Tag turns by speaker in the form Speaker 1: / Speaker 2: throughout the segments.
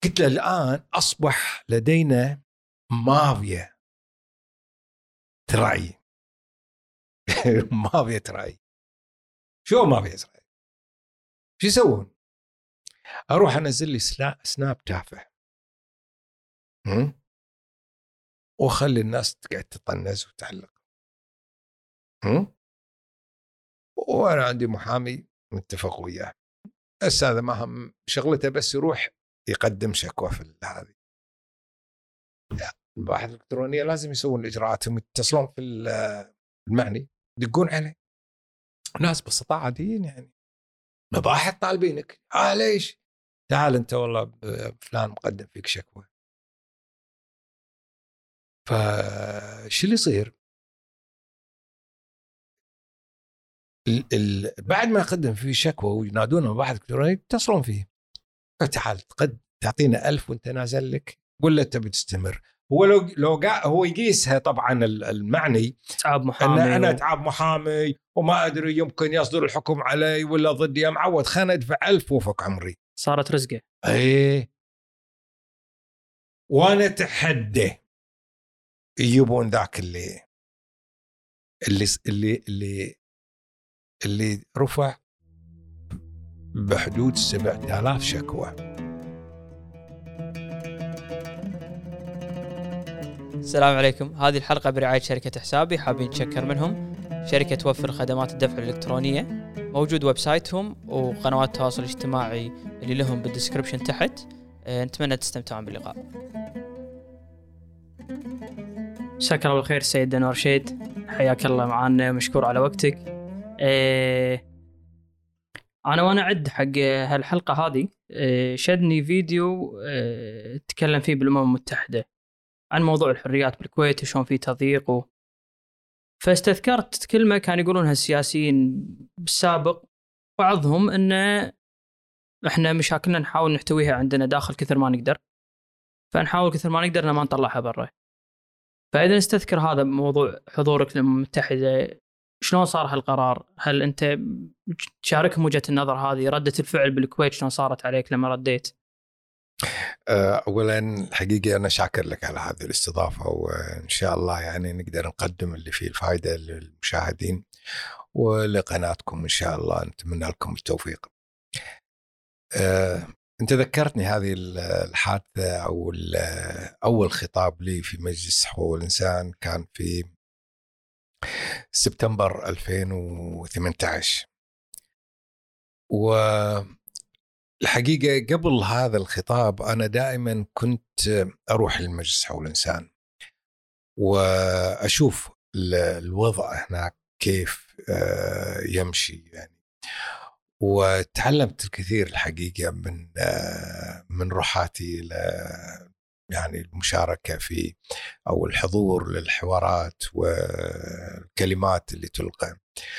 Speaker 1: قلت له الآن أصبح لدينا مافيا تراعي. مافيا تراعي شو مافيا تراعي؟ شو يسوون؟ أروح أنزل لي سناب تافه وخلي الناس تقعد تطنز وتعلق. وأنا عندي محامي متفق وياه، بس هذا ما هم شغلته، بس يروح يقدم شكوى في هذه الباحث الإلكترونية. لازم يسوون الإجراءات، يتصلون في المعني يدقون عليه ناس بسطاء عاديين، يعني مباحث طالبينك. ليش؟ تعال أنت والله فلان مقدم فيك شكوى. فش اللي يصير؟ بعد ما يقدم فيه شكوى وينادونه مباحث إلكترونية يتصلون فيه، تعال قد تعطينا 1000 وانت نازل لك، ولا تبي تستمر؟ هو لو هو يقيسها طبعا المعني
Speaker 2: تعب محامي
Speaker 1: ان انا تعب محامي وما ادري يمكن يصدر الحكم علي ولا ضدي، يا معود خلنا ادفع 1000 وفق عمري.
Speaker 2: صارت رزقه.
Speaker 1: ايه، وانا اتحدى يجيبون ذاك اللي رفع بحدود 7000 شكوى.
Speaker 2: السلام عليكم. هذه الحلقة برعاية شركة حسابي، حابين نشكر منهم. شركة توفر خدمات الدفع الإلكترونية، موجود ويب سايتهم وقنوات التواصل الاجتماعي اللي لهم بالديسكريبشن تحت. نتمنى تستمتعون باللقاء. مساك الله بالخير سيد أنور رشيد، حياك الله معنا، مشكور على وقتك. أنا وأنا أعد حق هالحلقة هذه شدني فيديو تكلم فيه بالأمم المتحدة عن موضوع الحريات بالكويت وشون في تضييق فاستذكرت كلمة كان يقولونها السياسيين بالسابق، بعضهم أن إحنا مشاكلنا نحاول نحتويها عندنا داخل كثر ما نقدر، فنحاول كثر ما نقدر ما نطلعها برا. فإذا نستذكر هذا موضوع حضورك للأمم المتحدة، شلون صار هالقرار؟ هل أنت تشاركهم وجهة النظر هذه؟ ردة الفعل بالكويت شلون صارت عليك لما رديت؟
Speaker 1: أولا الحقيقة أنا شاكر لك على هذه الاستضافة، وإن شاء الله يعني نقدر نقدم اللي فيه الفائدة للمشاهدين ولقناتكم. إن شاء الله نتمنى لكم التوفيق. أنت ذكرتني هذه الحادثة أو أول خطاب لي في مجلس حقوق الإنسان كان في سبتمبر 2018. والحقيقة قبل هذا الخطاب أنا دائما كنت أروح للمجلس حقوق الإنسان وأشوف الوضع هناك كيف يمشي يعني، وتعلمت الكثير الحقيقة من روحاتي يعني المشاركة في أو الحضور للحوارات والكلمات اللي تلقى.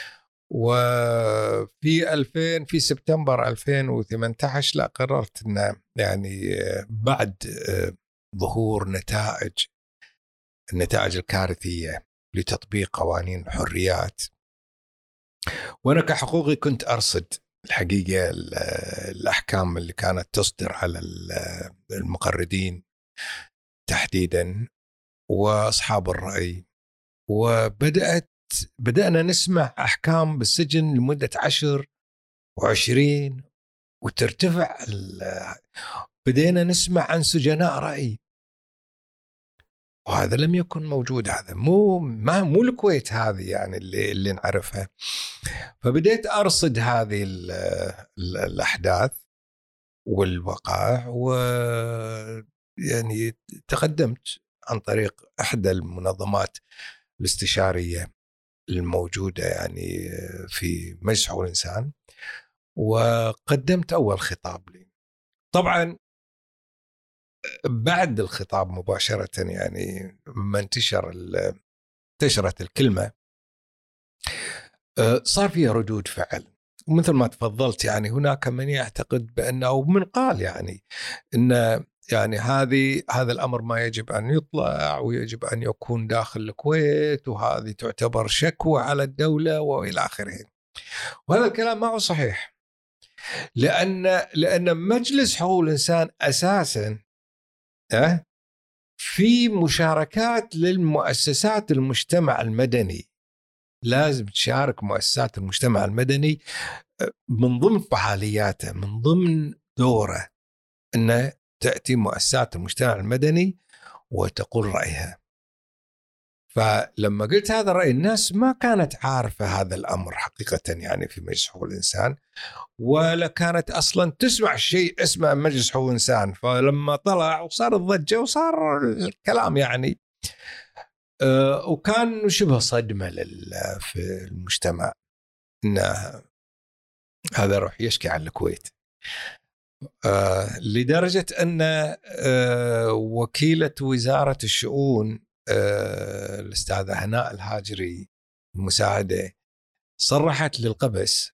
Speaker 1: في سبتمبر 2018 لا قررت أن يعني بعد ظهور النتائج الكارثية لتطبيق قوانين الحريات، وأنا كحقوقي كنت أرصد الحقيقة الأحكام اللي كانت تصدر على المقردين تحديدا وأصحاب الرأي، بدأنا نسمع أحكام بالسجن لمدة 10 و20 وترتفع. بدينا نسمع عن سجناء رأي، وهذا لم يكن موجود. هذا مو الكويت هذه يعني اللي نعرفها. فبديت أرصد هذه الأحداث والوقائع، ويعني تقدمت عن طريق إحدى المنظمات الاستشارية الموجودة يعني في مجلس حقوق الإنسان، وقدمت أول خطاب لي. طبعا بعد الخطاب مباشرة يعني لما انتشرت الكلمة صار فيها ردود فعل، ومثل ما تفضلت يعني هناك من يعتقد بأنه، ومن قال يعني إن يعني هذا الأمر ما يجب أن يطلع ويجب أن يكون داخل الكويت، وهذه تعتبر شكوى على الدولة وإلى آخره. وهذا الكلام ما هو صحيح. لأن مجلس حقوق الإنسان أساساً في مشاركات للمؤسسات المجتمع المدني. لازم تشارك مؤسسات المجتمع المدني من ضمن فعالياته، من ضمن دوره، أن تأتي مؤسسات المجتمع المدني وتقول رأيها. فلما قلت هذا الرأي الناس ما كانت عارفة هذا الأمر حقيقة يعني في مجلس حقوق الإنسان، ولا كانت أصلا تسمع شيء اسمه مجلس حقوق الإنسان. فلما طلع وصار الضجة وصار الكلام يعني وكان شبه صدمة في المجتمع إن هذا روح يشكي عن الكويت. لدرجة أن وكيلة وزارة الشؤون الأستاذة هناء الهاجري المساعدة صرحت للقبس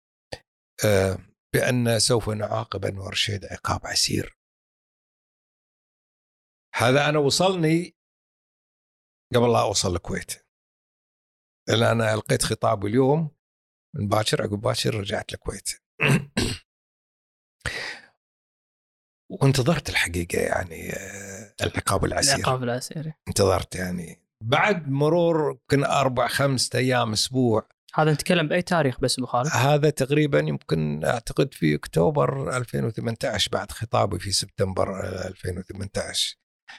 Speaker 1: بأن سوف نعاقب أنور الرشيد عقاب عسير. هذا أنا وصلني قبل لا أوصل الكويت، لأن أنا لقيت خطاب اليوم من باكر، عقب باكر رجعت الكويت. وانتظرت الحقيقة يعني العقاب العسير. انتظرت يعني بعد مرور يمكن 4-5 أيام أسبوع.
Speaker 2: هذا نتكلم بأي تاريخ بس أبو خالد؟
Speaker 1: هذا تقريبا يمكن أعتقد في أكتوبر 2018 بعد خطابي في سبتمبر 2018.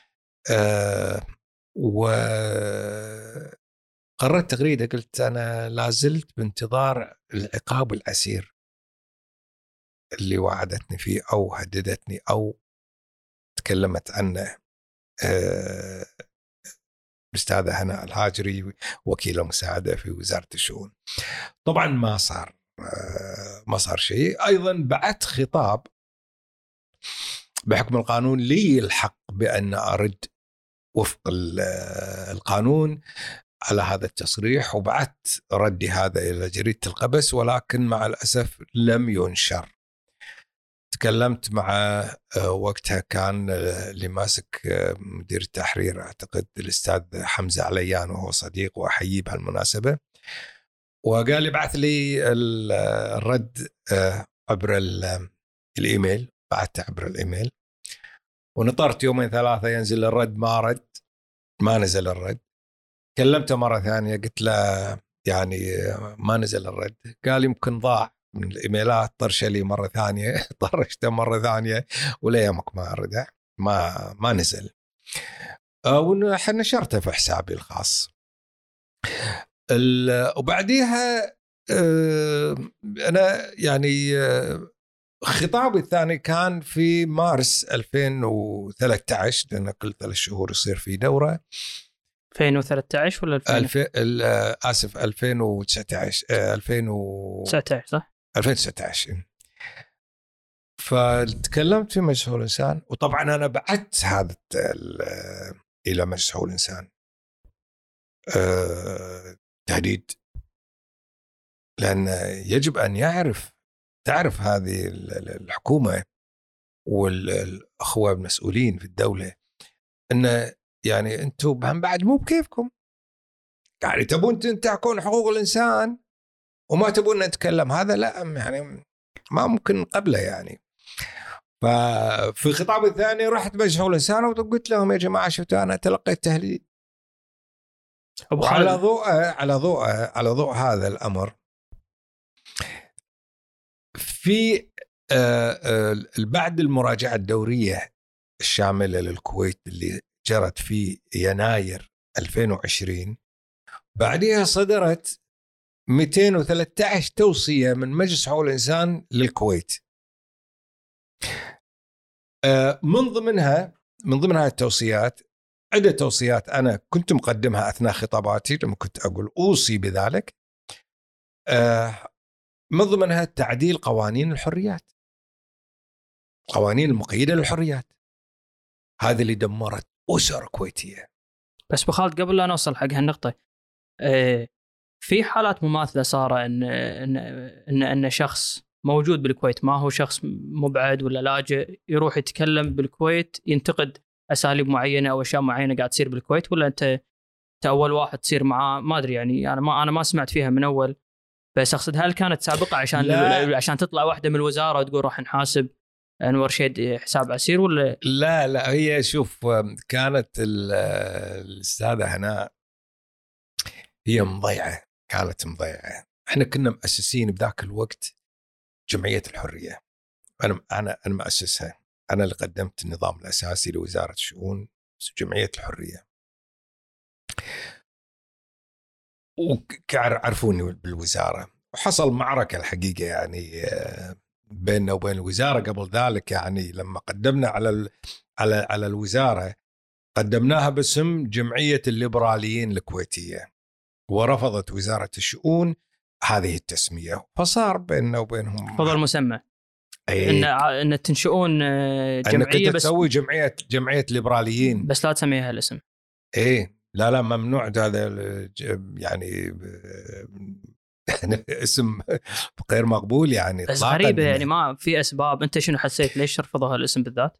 Speaker 1: وقررت تغريدة قلت أنا لازلت بانتظار العقاب العسير اللي وعدتني فيه أو هددتني أو تكلمت عنه الأستاذة هناء الهاجري وكيلة مساعدة في وزارة الشؤون. طبعا ما صار شيء. أيضا بعت خطاب بحكم القانون لي الحق بأن أرد وفق القانون على هذا التصريح، وبعت ردي هذا إلى جريدة القبس، ولكن مع الأسف لم ينشر. تكلمت مع وقتها كان اللي ماسك مدير التحرير أعتقد الأستاذ حمزة عليان، وهو صديق وأحييه بهالمناسبة، وقال لي بعث لي الرد عبر الإيميل. بعثته عبر الإيميل ونطرت 2-3 ينزل الرد، ما نزل الرد. كلمته مرة ثانية قلت له يعني ما نزل الرد. قال يمكن ضاع من الإيميلات. طرش لي مرة ثانية، طرشته مرة ثانية، ولا يمك ما رجع، ما نزل. ونشرته في حسابي الخاص. وبعديها أنا يعني خطابي الثاني كان في مارس 2013، لأن كل 3 شهور يصير في دورة.
Speaker 2: 2013 ولا
Speaker 1: 2019
Speaker 2: 2019 صح؟
Speaker 1: 2019. فتكلمت في مجلس حقوق الإنسان، وطبعا أنا بعت هذا إلى مجلس حقوق الإنسان تهديد، لأن يجب أن تعرف هذه الحكومة والأخوة المسؤولين في الدولة أن يعني أنتم بعد مو بكيفكم، يعني تبون تنتهكون حقوق الإنسان وما تبون نتكلم. هذا لا يعني ما ممكن قبله يعني. ففي خطابي الثاني رحت مجلس حقوق الإنسان وقلت لهم يا جماعة شفتوا أنا تلقيت تهديد. وعلى ضوء هذا الأمر في بعد المراجعة الدورية الشاملة للكويت اللي جرت في يناير 2020، بعدها صدرت 213 توصية من مجلس حقوق الإنسان للكويت. من ضمنها التوصيات، عدة توصيات أنا كنت مقدمها أثناء خطاباتي لما كنت أقول أوصي بذلك. من ضمنها تعديل قوانين الحريات، قوانين المقيدة للحريات، هذه اللي دمرت أسر كويتية.
Speaker 2: بس بخالد قبل لا نوصل حق هالنقطة، في حالات مماثلة صار إن شخص موجود بالكويت، ما هو شخص مبعد ولا لاجئ، يروح يتكلم بالكويت ينتقد أساليب معينة أو أشياء معينة قاعد تصير بالكويت، ولا أنت أول واحد تصير معاه؟ ما أدري يعني، أنا ما سمعت فيها من أول. بس اقصد هل كانت سابقه عشان تطلع واحده من الوزاره وتقول راح نحاسب انور شيد حساب عسير ولا؟
Speaker 1: لا هي شوف، كانت الاستاذه هناء هي مضيعه، كانت مضيعه. احنا كنا مؤسسين بذاك الوقت جمعيه الحريه، انا مؤسسها، انا اللي قدمت النظام الاساسي لوزاره الشؤون جمعيه الحريه، وعرفوني بالوزاره. وحصل معركه الحقيقه يعني بيننا وبين الوزاره قبل ذلك. يعني لما قدمنا على الوزاره قدمناها باسم جمعيه الليبراليين الكويتيه، ورفضت وزاره الشؤون هذه التسميه، فصار بيننا وبينهم
Speaker 2: فضل مسمى ان تنشؤون
Speaker 1: جمعيه، انك تسوي جمعيه ليبراليين
Speaker 2: بس لا تسميها الاسم.
Speaker 1: لا ممنوع هذا يعني اسم غير مقبول يعني.
Speaker 2: بس غريبه يعني ما في اسباب. انت شنو حسيت ليش رفضوا هالاسم بالذات؟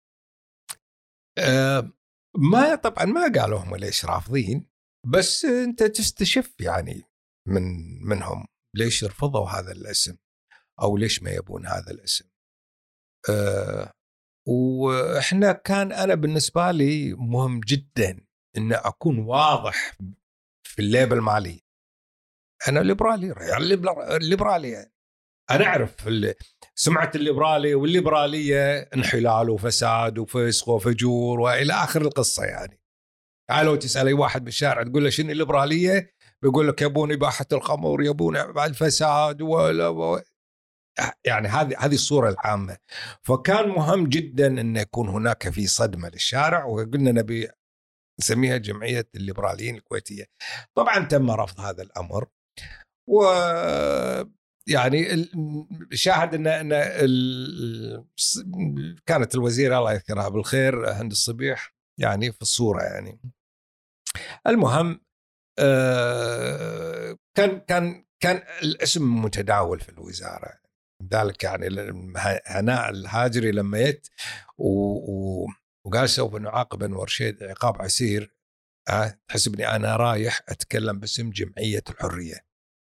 Speaker 1: ما طبعا ما قالوا هم ليش رافضين، بس انت تستشف يعني منهم ليش رفضوا هذا الاسم او ليش ما يبون هذا الاسم. واحنا كان انا بالنسبه لي مهم جدا ان اكون واضح في الليبل المالي. انا ليبرالي، الليبرالي يعني انا اعرف سمعه الليبرالي والليبراليه انحلال وفساد وفسق وفجور والى اخر القصه. يعني لو تسال اي واحد بالشارع تقول له شنو الليبراليه بيقول لك يبون اباحه الخمر، يبون الفساد يعني هذه الصوره العامه. فكان مهم جدا ان يكون هناك في صدمه للشارع، وقلنا نبي نسميها جمعيه الليبراليين الكويتيه. طبعا تم رفض هذا الامر، و يعني شاهد ان كانت الوزيره الله يذكرها بالخير هند الصبيح يعني في الصوره. يعني المهم كان الاسم متداول في الوزاره. ذلك يعني هناء الهاجري لما جت وقال سوف نعاقب انور شيد عقاب عسير، تحسبني انا رايح اتكلم باسم جمعيه الحريه.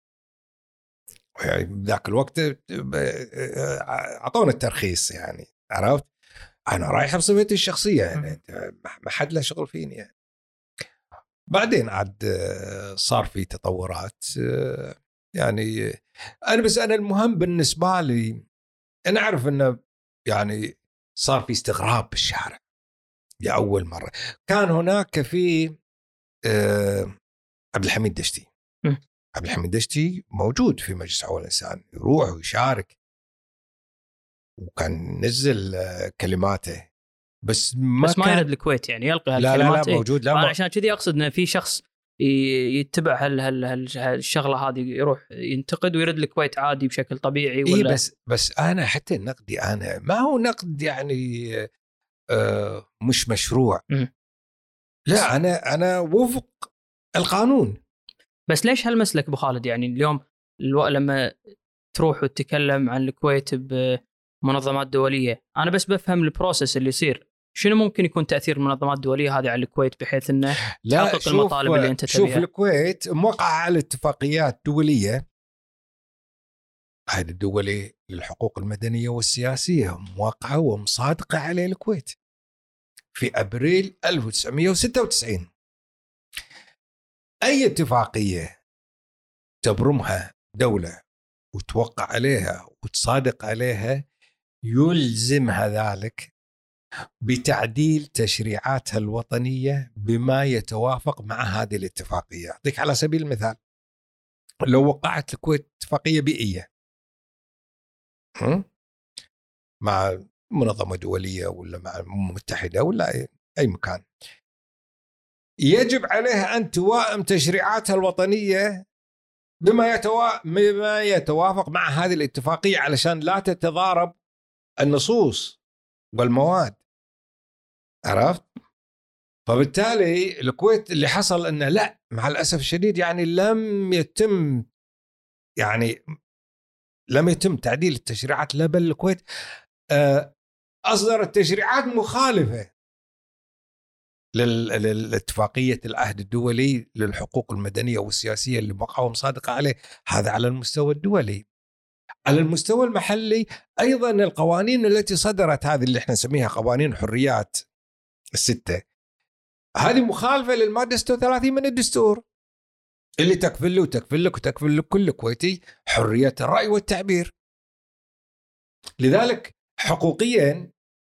Speaker 1: يعني ذاك الوقت اعطونا الترخيص، يعني عرفت انا رايح بصفتي الشخصيه، يعني ما حد له شغل فيني يعني. بعدين عاد صار في تطورات يعني. انا المهم بالنسبه لي انا اعرف انه يعني صار في استغراب بالشارع لاول مره. كان هناك في عبد الحميد دشتي. عبد الحميد دشتي موجود في مجلس حقوق الإنسان، يروح ويشارك وكان نزل كلماته، بس ما يرد
Speaker 2: الكويت يعني يلقي هالكلمات.
Speaker 1: لا موجود. لا
Speaker 2: أنا عشان كذي أقصد إن في شخص يتبع الشغلة هذه، يروح ينتقد ويرد الكويت عادي بشكل طبيعي ولا؟
Speaker 1: بس أنا حتى نقدي أنا ما هو نقد يعني مش مشروع. لا أنا وفق القانون.
Speaker 2: بس ليش هالمسلك ابو خالد؟ يعني اليوم لما تروح وتتكلم عن الكويت بمنظمات دوليه، انا بس بفهم البروسيس اللي يصير. شنو ممكن يكون تاثير منظمات دوليه هذه على الكويت بحيث انه تحقق المطالب اللي انت تبيها؟
Speaker 1: شوف الكويت موقعه على اتفاقيات دوليه، هذه الدولة للحقوق المدنيه والسياسيه موقعه ومصادقه عليه الكويت في ابريل 1996. اي اتفاقيه تبرمها دولة وتوقع عليها وتصادق عليها يلزمها ذلك بتعديل تشريعاتها الوطنية بما يتوافق مع هذه الاتفاقية. أعطيك على سبيل المثال، لو وقعت الكويت اتفاقية بيئية مع منظمة دولية ولا مع الأمم المتحدة ولا أي مكان، يجب عليها أن توائم تشريعاتها الوطنية بما يتوافق مع هذه الاتفاقية علشان لا تتضارب النصوص والمواد. عرفت؟ فبالتالي الكويت اللي حصل أنه لا، مع الأسف الشديد يعني لم يتم تعديل التشريعات. لا بل الكويت أصدرت تشريعات مخالفة للاتفاقية العهد الدولي للحقوق المدنية والسياسية اللي مقاومة صادقة عليه. هذا على المستوى الدولي. على المستوى المحلي أيضا القوانين التي صدرت، هذه اللي احنا نسميها قوانين الحريات الستة، هذه مخالفة للمادة 36 من الدستور اللي تكفل له وتكفل لك وتكفل لك كل كويتي حرية الرأي والتعبير. لذلك حقوقيا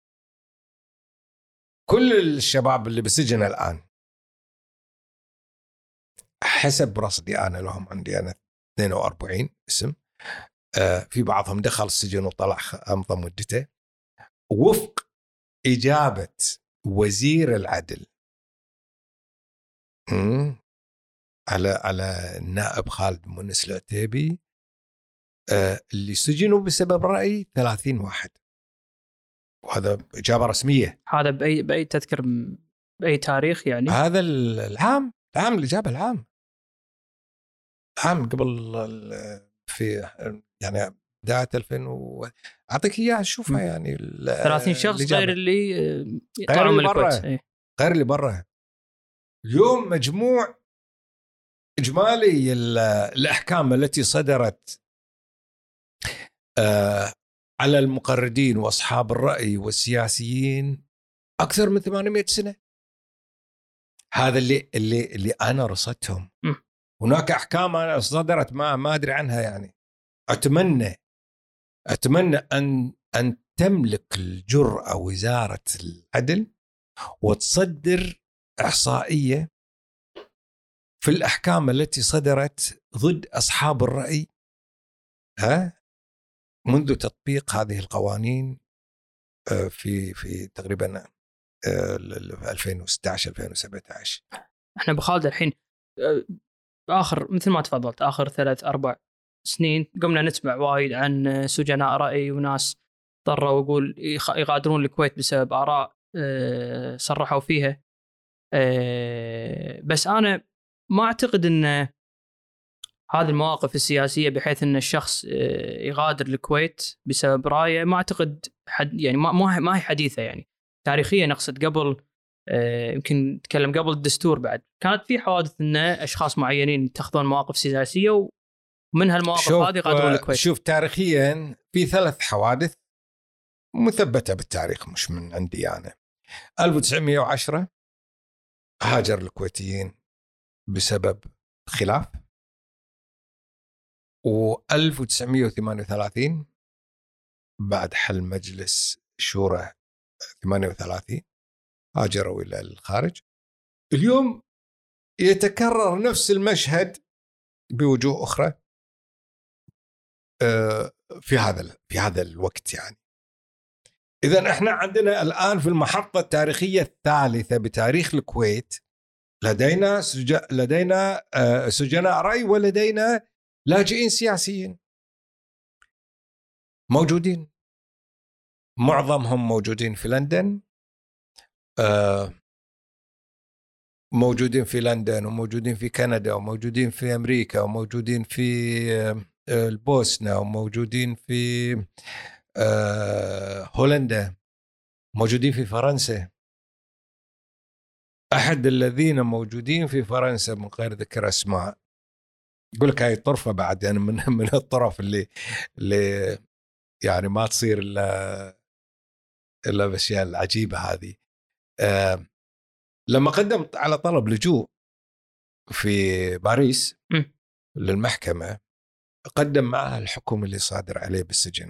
Speaker 1: كل الشباب اللي بالسجن الآن حسب رصدي أنا لهم، عندي أنا 42 اسم، في بعضهم دخل السجن وطلع أمضى مدته، وفق إجابة وزير العدل على النائب خالد مونس العتيبي، اللي سجنوا بسبب رأي 30 واحد، وهذا إجابة رسمية.
Speaker 2: هذا بأي تذكر بأي تاريخ يعني؟
Speaker 1: هذا العام الإجابة العام قبل في يعني بداية 2000 أعطيك إياها شوفها يعني
Speaker 2: 30 شخص غير اللي
Speaker 1: طلعوا من
Speaker 2: الكويت،
Speaker 1: غير اللي برا. اليوم مجموع إجمالي الأحكام التي صدرت على المقردين وأصحاب الرأي والسياسيين أكثر من 800 سنة. هذا اللي أنا رصدتهم. هناك أحكام أنا صدرت ما أدري عنها يعني. أتمنى أن تملك الجرأة وزارة العدل وتصدر إحصائية في الأحكام التي صدرت ضد أصحاب الرأي منذ تطبيق هذه القوانين في تقريبا 2016 2017.
Speaker 2: احنا بخالد الحين آخر مثل ما تفضلت آخر 3-4 سنين قمنا نسمع وايد عن سجناء رأي وناس اضطروا يقول يغادرون الكويت بسبب آراء صرحوا فيها. بس أنا ما أعتقد أن هذه المواقف السياسية بحيث أن الشخص يغادر الكويت بسبب رأيه، ما أعتقد يعني ما هي حديثة يعني تاريخيا. نقصد قبل يمكن نتكلم قبل الدستور بعد كانت في حوادث أن أشخاص معينين يتخذون مواقف سياسية ومن هالمواقف هذه يغادرون الكويت.
Speaker 1: شوف تاريخيا في 3 حوادث مثبتة بالتاريخ مش من عندي أنا. 1910 هاجر الكويتيين بسبب خلاف، و1938 بعد حل مجلس شورى 38 هاجروا إلى الخارج. اليوم يتكرر نفس المشهد بوجوه أخرى في هذا الوقت يعني. إذن احنا عندنا الآن في المحطة التاريخية الثالثة بتاريخ الكويت لدينا سجناء رأي ولدينا لاجئين سياسيين موجودين، معظمهم موجودين في لندن، موجودين في لندن وموجودين في كندا وموجودين في أمريكا وموجودين في البوسنة وموجودين في هولندا، موجودين في فرنسا. أحد الذين موجودين في فرنسا من غير ذكر أسماء يقول لك هاي طرفة بعد يعني من الطرف اللي يعني ما تصير إلا بالأشياء العجيبة هذه. لما قدم على طلب لجوء في باريس للمحكمة قدم معها الحكم اللي صادر عليه بالسجن.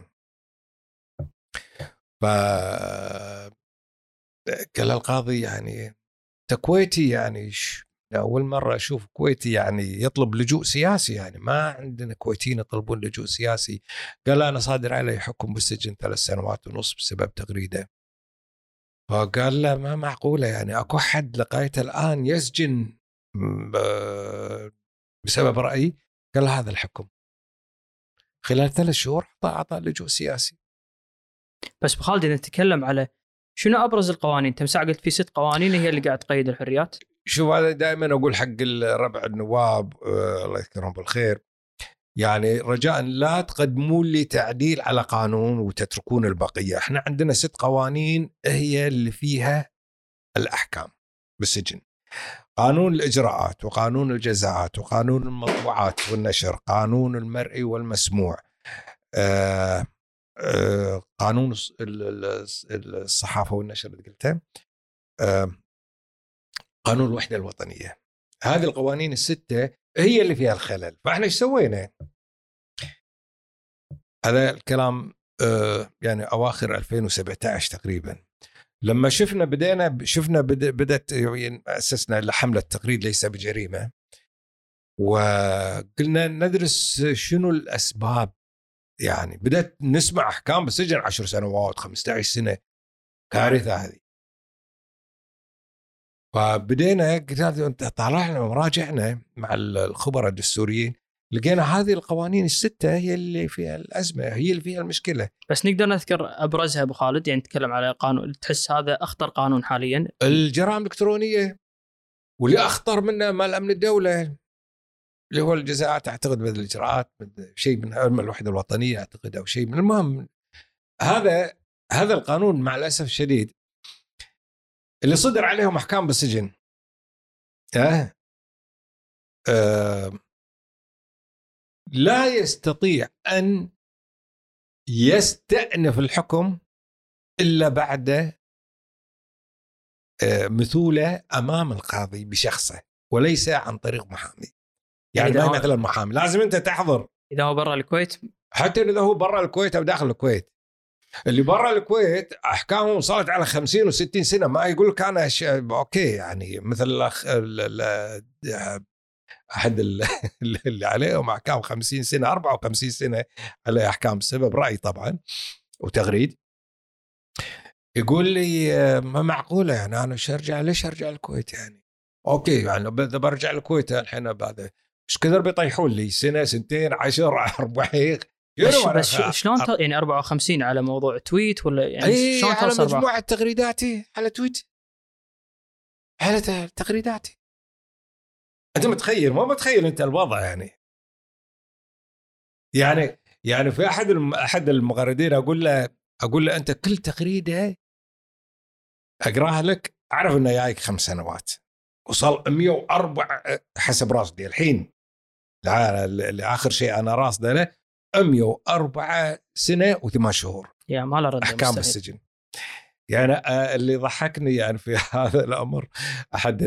Speaker 1: فقال القاضي يعني كويتي يعني أول مرة أشوف كويتي يعني يطلب لجوء سياسي، يعني ما عندنا كويتيين يطلبون لجوء سياسي. قال أنا صادر علي حكم بالسجن 3 سنوات ونص بسبب تغريدة. فقال له ما معقولة يعني أكو حد لقيت الآن يسجن بسبب رأي؟ قال هذا الحكم خلال 3 شهور أعطى لجوء سياسي.
Speaker 2: بس بخالد إذا نتكلم على شنو أبرز القوانين، أنت مساء قلت في 6 قوانين هي اللي قاعد تقيد الحريات.
Speaker 1: شوف هذا دائما أقول حق الربع النواب الله يذكرهم بالخير، يعني رجاء لا تقدمون لي تعديل على قانون وتتركون البقية. احنا عندنا 6 قوانين هي اللي فيها الأحكام. بالسجن. قانون الإجراءات وقانون الجزاءات وقانون المطبوعات والنشر، قانون المرئي والمسموع، قانون الصحافة والنشر اللي قلته، قانون الوحدة الوطنية. هذه القوانين الستة هي اللي فيها الخلل. فاحنا ايش سوينا؟ هذا الكلام يعني أواخر 2017 تقريبا، لما شفنا بدأت يعني أسسنا حملة تقريد ليس بجريمة، وقلنا ندرس شنو الأسباب. يعني بدأت نسمع أحكام بالسجن 10 سنوات 15 سنة، كارثة هذه. فبدينا طلعنا وراجعنا مع الخبراء الدستوريين، لقينا هذه القوانين الستة هي اللي فيها الأزمة، هي اللي فيها المشكلة.
Speaker 2: بس نقدر نذكر أبرزها أبو خالد، يعني نتكلم على قانون تحس هذا أخطر قانون حاليا،
Speaker 1: الجرائم الإلكترونية، واللي أخطر منه مال أمن الدولة اللي هو الجزاءات، أعتقد بذل الإجراءات، شيء من الوحدة الوطنية أعتقد، أو شيء من. المهم هذا القانون مع الأسف الشديد اللي صدر عليهم أحكام بالسجن لا يستطيع أن يستأنف الحكم إلا بعد مثولة أمام القاضي بشخصه، وليس عن طريق محامي. يعني ما مثلا محامي لازم أنت تحضر
Speaker 2: إذا هو برا الكويت،
Speaker 1: حتى إذا هو برا الكويت أو داخل الكويت. اللي برا الكويت أحكامهم وصلت على 50 و60 سنة، ما يقول لك أنا أوكي. يعني مثل أحد اللي عليهم أحكام 50 سنة 54 سنة عليه أحكام بسبب رأي طبعا وتغريد، يقول لي ما معقولة، يعني أنا ليش أرجع الكويت؟ يعني أوكي، يعني إذا برجع الكويت الحين بعد إيش كثر بيطيحون لي؟ سنة 2 10 40.
Speaker 2: بس شلون يعني 54 على موضوع تويت ولا يعني شلون
Speaker 1: على مجموعة تغريداتي على تويت، على تغريداتي. أنت متخيل؟ ما متخيل أنت الوضع يعني في أحد المغردين أقول له أنت كل تغريدة أقراها لك أعرف إنه جايك 5 سنوات، وصل 104 حسب راصدي الحين، لآخر شيء أنا راصده له 104 سنة و8 شهور
Speaker 2: يا ما له رد
Speaker 1: أحكام بالسجن. يعني اللي ضحكني يعني في هذا الأمر، أحد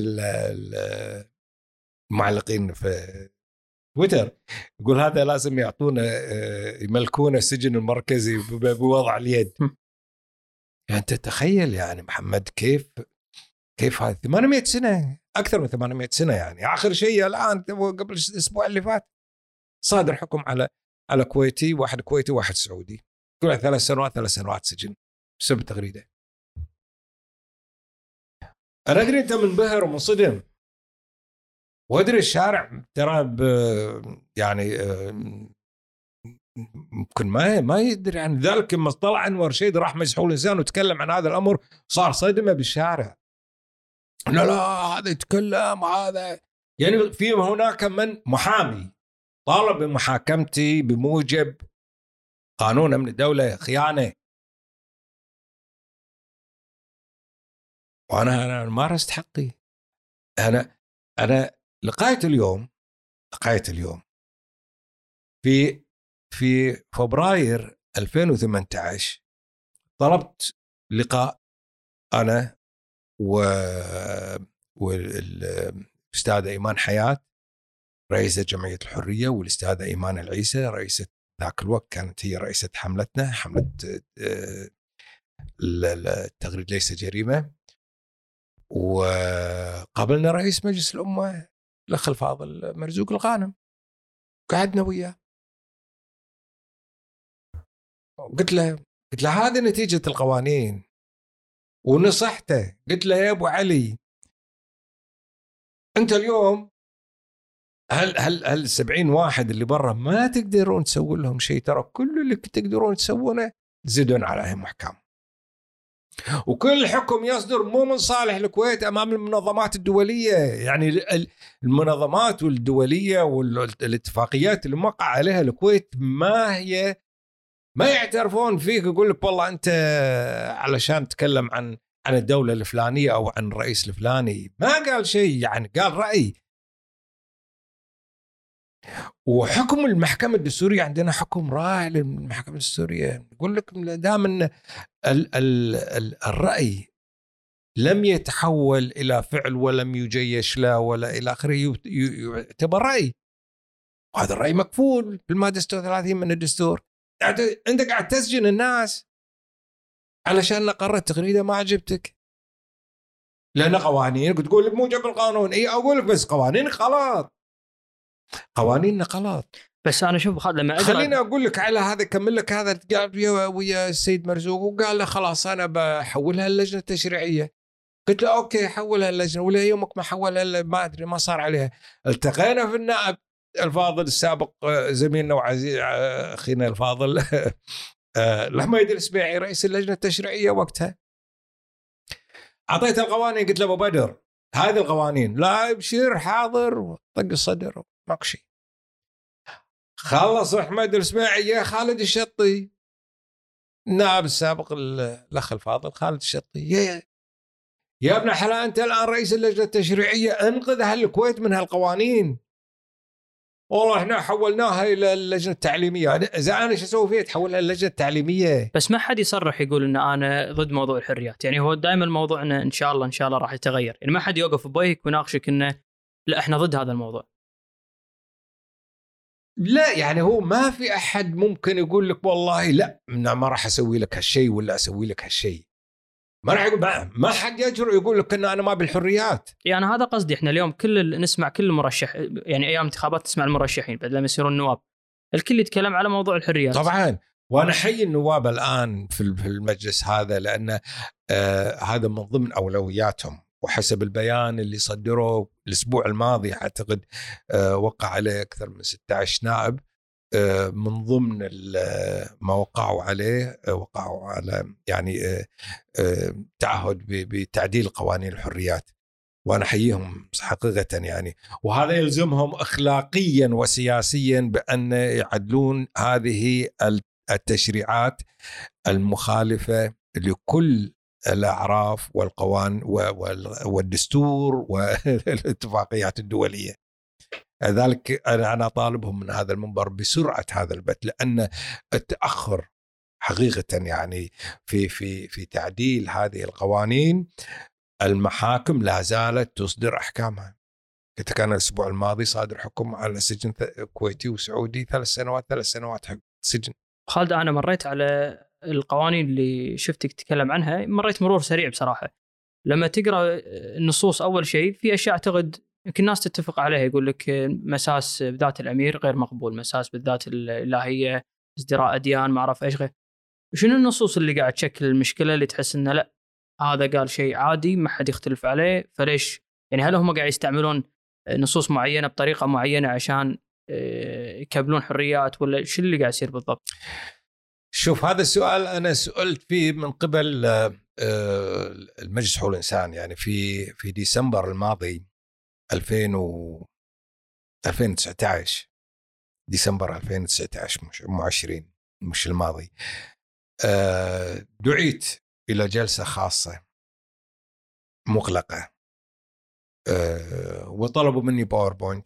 Speaker 1: المعلقين في تويتر يقول هذا لازم يعطونا يملكونا السجن المركزي بوضع اليد. يعني أنت تخيل يعني محمد كيف هذه 800 سنة، أكثر من 800 سنة. يعني آخر شيء الآن قبل الأسبوع اللي فات صادر حكم على كويتي، واحد كويتي واحد سعودي، كل 3 سنوات سجن بسبب تغريده. أنا أدري أنت منبهر ومنصدم، وأدري الشارع ترى يعني ممكن ما يدري عن ذلك. لما طلع أنور شيد راح مزحول الإنسان وتكلم عن هذا الأمر، صار صدمة بالشارع. لا هذا يتكلم هذا، يعني في هناك من محامي طالب بمحاكمتي بموجب قانون أمن الدولة خيانة، وأنا مارست حقي. أنا لقيت اليوم في فبراير 2018 طلبت لقاء أنا والأستاذة إيمان حياة رئيسة جمعية الحرية، والأستاذة إيمان العيسى رئيسة ذاك الوقت كانت هي رئيسة حملتنا، حملة التغريد ليس جريمة. وقابلنا رئيس مجلس الأمة الأخ الفاضل مرزوق الغانم، قعدنا وياه، قلت له هذه نتيجة القوانين، ونصحته قلت له يا أبو علي أنت اليوم هل 70 واحد اللي برا ما تقدرون تسوون لهم شيء؟ ترى كل اللي تقدرون تسوونه تزيدون عليهم أحكام، وكل حكم يصدر مو من صالح الكويت أمام المنظمات الدولية. يعني المنظمات الدولية والاتفاقيات اللي موقع عليها الكويت ما يعترفون فيك، يقول لك والله أنت علشان تتكلم عن عن الدولة الفلانية أو عن الرئيس الفلاني، ما قال شيء، يعني قال رأي. وحكم المحكمة الدستورية، عندنا حكم رائع للمحكمة الدستورية يقول لك دام أن الرأي لم يتحول إلى فعل ولم يجيش له ولا إلى آخره يعتبر رأي، وهذا الرأي مكفول في المادة 36 من الدستور. أنت قاعد تسجن الناس علشان قررت تغريدة ما عجبتك لأن قوانينك تقول بموجب القانون. إيه أقول لك بس قوانينك غلط، قوانيننا غلط.
Speaker 2: بس أنا شوف لما
Speaker 1: خليني أقول لك على هذا، كمل لك هذا. قال ويا السيد مرزوق وقال له خلاص أنا بحولها للجنة التشريعية. قلت له أوكي حولها اللجنة، ولا يومك ما حولها، ما أدري ما صار عليها. التقينا في النائب الفاضل السابق زميلنا وعزيز أخينا الفاضل الحميد السبيعي رئيس اللجنة التشريعية وقتها. أعطيت القوانين قلت له أبو بدر هذه القوانين، لا ابشر حاضر طق الصدر ماكو شيء. خلص الحميد السبيعي يا خالد الشطي النائب السابق الأخ الفاضل خالد الشطي، يا ابن حلال أنت الآن رئيس اللجنة التشريعية، انقذ أهل الكويت من هالقوانين. والله احنا حولناها إلى اللجنة التعليمية. إذا أنا شو أسوي فيها تحولها اللجنة التعليمية؟
Speaker 2: بس ما حد يصرح يقول إن أنا ضد موضوع الحريات. يعني هو دائما موضوعنا إن شاء الله راح يتغير. يعني ما حد يوقف بوجهك ويناقشك إنه لا إحنا ضد هذا الموضوع.
Speaker 1: لا يعني هو ما في أحد ممكن يقول لك والله لا ما راح أسوي لك هالشيء ولا أسوي لك هالشيء. ما راح يقول، ما حد يجرؤ يقول لك ان انا ما بالحريات.
Speaker 2: يعني هذا قصدي. احنا اليوم نسمع كل مرشح، يعني ايام انتخابات تسمع المرشحين بدل ما يصيرون النواب الكل يتكلم على موضوع الحريات.
Speaker 1: طبعا وانا حي النواب الان في المجلس هذا لان هذا من ضمن اولوياتهم، وحسب البيان اللي صدروه الاسبوع الماضي اعتقد وقع عليه اكثر من 16 نائب. من ضمن ما وقعوا عليه وقعوا على يعني تعهد بتعديل قوانين الحريات، وأنا أحييهم حقيقة يعني. وهذا يلزمهم أخلاقيا وسياسيا بأن يعدلون هذه التشريعات المخالفة لكل الأعراف والقوانين والدستور والاتفاقيات الدولية. ذلك أنا طالبهم من هذا المنبر بسرعة هذا البت، لأن التأخر حقيقة يعني في تعديل هذه القوانين، المحاكم لا زالت تصدر أحكامها. كان الأسبوع الماضي صادر حكم على سجن كويتي وسعودي 3 سنوات سجن.
Speaker 2: خالد أنا مريت على القوانين اللي شفتك تتكلم عنها، مريت مرور سريع بصراحة. لما تقرأ النصوص أول شيء في أشياء أعتقد يمكن الناس تتفق عليها، يقول لك مساس بذات الأمير غير مقبول، مساس بالذات الإلهية، ازدراء أديان، ما أعرف إيش غير. شنو النصوص اللي قاعد تشكل المشكلة اللي تحس إنه لا هذا قال شيء عادي ما حد يختلف عليه، فليش يعني هل هم قاعد يستعملون نصوص معينة بطريقة معينة عشان يكبلون حريات، ولا شو اللي قاعد يصير بالضبط؟
Speaker 1: شوف هذا السؤال أنا سئلت فيه من قبل المجلس حقوق الإنسان، يعني في ديسمبر الماضي 2019 ديسمبر 2019 مش 20 مش الماضي. دعيت إلى جلسة خاصة مغلقة وطلبوا مني باوربوينت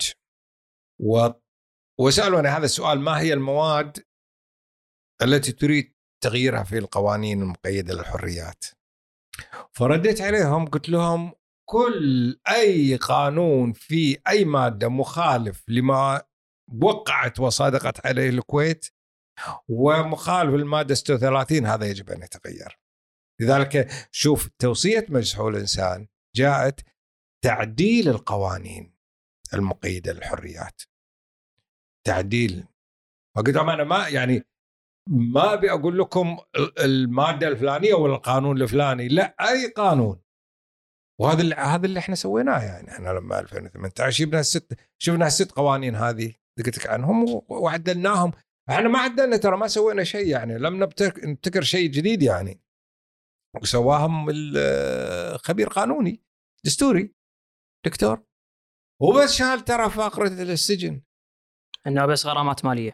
Speaker 1: وسألوني هذا السؤال: ما هي المواد التي تريد تغييرها في القوانين المقيدة للحريات؟ فرديت عليهم قلت لهم كل أي قانون في أي مادة مخالف لما وقعت وصادقت عليه الكويت ومخالف المادة 36 هذا يجب أن يتغير. لذلك شوف توصية مجلس حقوق الإنسان جاءت تعديل القوانين المقيدة للحريات، تعديل. فقلت لهم أنا ما أبي أقول لكم المادة الفلانية ولا القانون الفلاني، لا أي قانون. وهذا اللي احنا سويناه. يعني احنا لما 2018 شفنا 6 قوانين هذه ذكرتك عنهم وعدلناهم. احنا ما عدلنا، ترى ما سوينا شيء، يعني لم نبتكر شيء جديد يعني، وسواهم الخبير قانوني دستوري دكتور، وبس شال ترى فقرة السجن
Speaker 2: انه بس غرامات مالية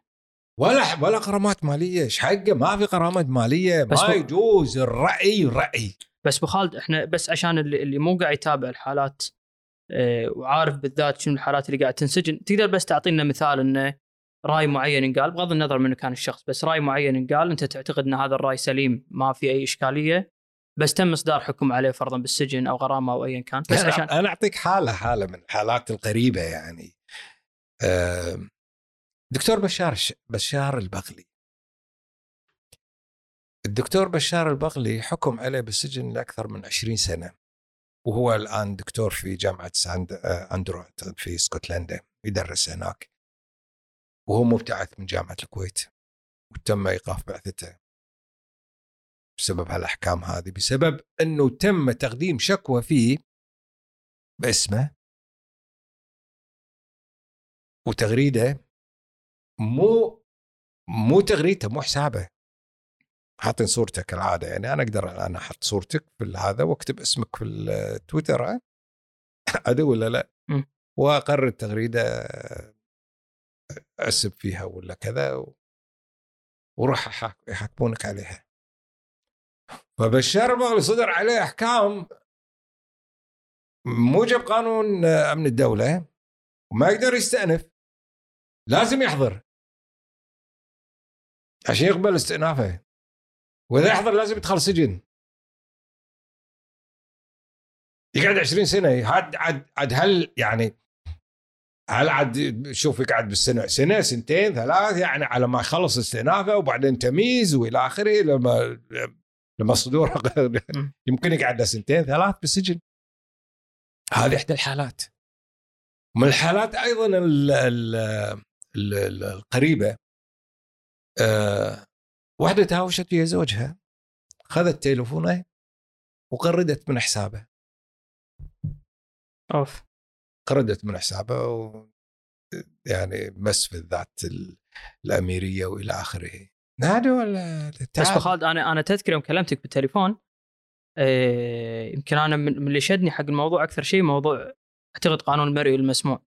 Speaker 1: ولا غرامات مالية. ايش حقه؟ ما في غرامات مالية، ما يجوز الرأي.
Speaker 2: بس ابو خالد احنا بس عشان اللي مو قاعد يتابع الحالات وعارف بالذات شنو الحالات اللي قاعد تنسجن، تقدر بس تعطينا مثال انه راي معين ينقال بغض النظر منو كان الشخص، بس راي معين ينقال انت تعتقد ان هذا الراي سليم ما في اي اشكاليه، بس تم اصدار حكم عليه فرضا بالسجن او غرامه او ايا كان. بس عشان
Speaker 1: انا اعطيك حاله من الحالات القريبه يعني. دكتور بشار البغلي. الدكتور بشار البغلي حكم عليه بالسجن لأكثر من 20 سنة، وهو الآن دكتور في جامعة أندرو في اسكتلندا يدرس هناك، وهو مبتعث من جامعة الكويت، وتم إيقاف بعثته بسبب هالأحكام هذه، بسبب أنه تم تقديم شكوى فيه باسمه وتغريده مو تغريده، مو حسابه، حاطين صورتك كالعاده. يعني انا اقدر انا احط صورتك في هذا واكتب اسمك في التويتر عدو ولا لا، واقرر التغريده اسب فيها ولا كذا وروح يحاكمونك عليها. فبشار البغلي صدر عليه احكام موجب قانون امن الدوله، وما يقدر يستأنف، لازم يحضر عشان يقبل استئنافه، واذا يحضر لازم يدخل سجن يقعد 20 سنه. عاد هل يعني هل عاد شوف يقعد بالسنه سنه سنتين ثلاث يعني على ما يخلص استئنافه وبعدين تمييز والى اخره، لما صدور يمكن يقعد له سنتين ثلاث بالسجن. هذه احدى الحالات. من الحالات ايضا القريبه، واحده تهاوشت ويا زوجها، اخذت تليفونه وقردت من حسابه. قردت من حسابه يعني مس في الذات الأميرية وإلى آخره. نادوا ولا
Speaker 2: بس بخالد أنا تذكر يوم كلمتك بالتليفون، يمكن أنا من اللي شدني حق الموضوع أكثر شيء موضوع أعتقد قانون المرئي المسموع.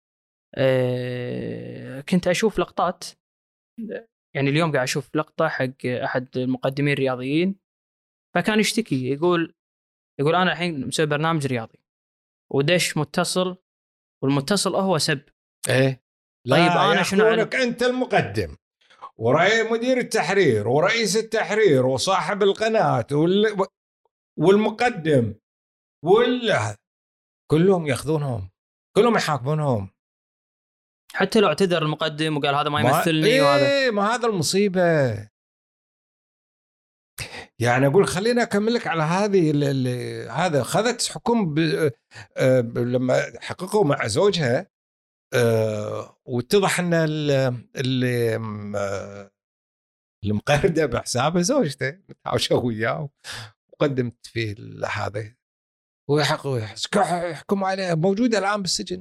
Speaker 2: كنت أشوف لقطات، يعني اليوم قاعد أشوف لقطة حق أحد المقدمين الرياضيين، فكان يشتكي يقول أنا الحين مسوي برنامج رياضي ودش متصل، والمتصل هو سب.
Speaker 1: إيه لا،
Speaker 2: طيب أنا شنو
Speaker 1: أنت المقدم مدير التحرير ورئيس التحرير وصاحب القناة والمقدم كلهم ياخذونهم، كلهم يحاكمونهم،
Speaker 2: حتى لو اعتذر المقدم وقال هذا ما يمثلني. وهذا
Speaker 1: ما هذا المصيبة. يعني أقول خلينا أكملك على هذه هذا خذت حكم لما حققوا مع زوجها، واتضح أن المقردة بحسابه زوجته، متحاوشة وياه وقدمت فيه هذا، ويحكموا عليه. موجودة الآن بالسجن،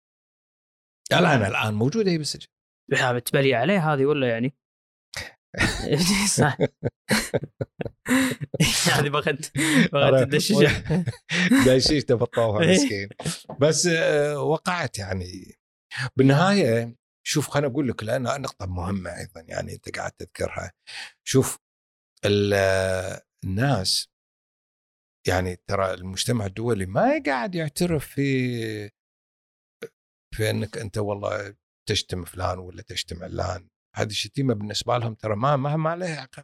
Speaker 1: الآن موجودة هي بالسجن.
Speaker 2: بتبلي عليه هذه ولا يعني صح. هذه بغت
Speaker 1: دشيش تبطوها مسكين. بس وقعت يعني بالنهاية. شوف خليني أقول لك، لأن نقطة مهمة أيضا يعني أنت قاعد تذكرها. شوف الناس يعني ترى المجتمع الدولي ما قاعد يعترف في أنك أنت والله تشتم فلان ولا تشتم علان. هذه الشتيمة بالنسبة لهم ترى ما عليها عقاب،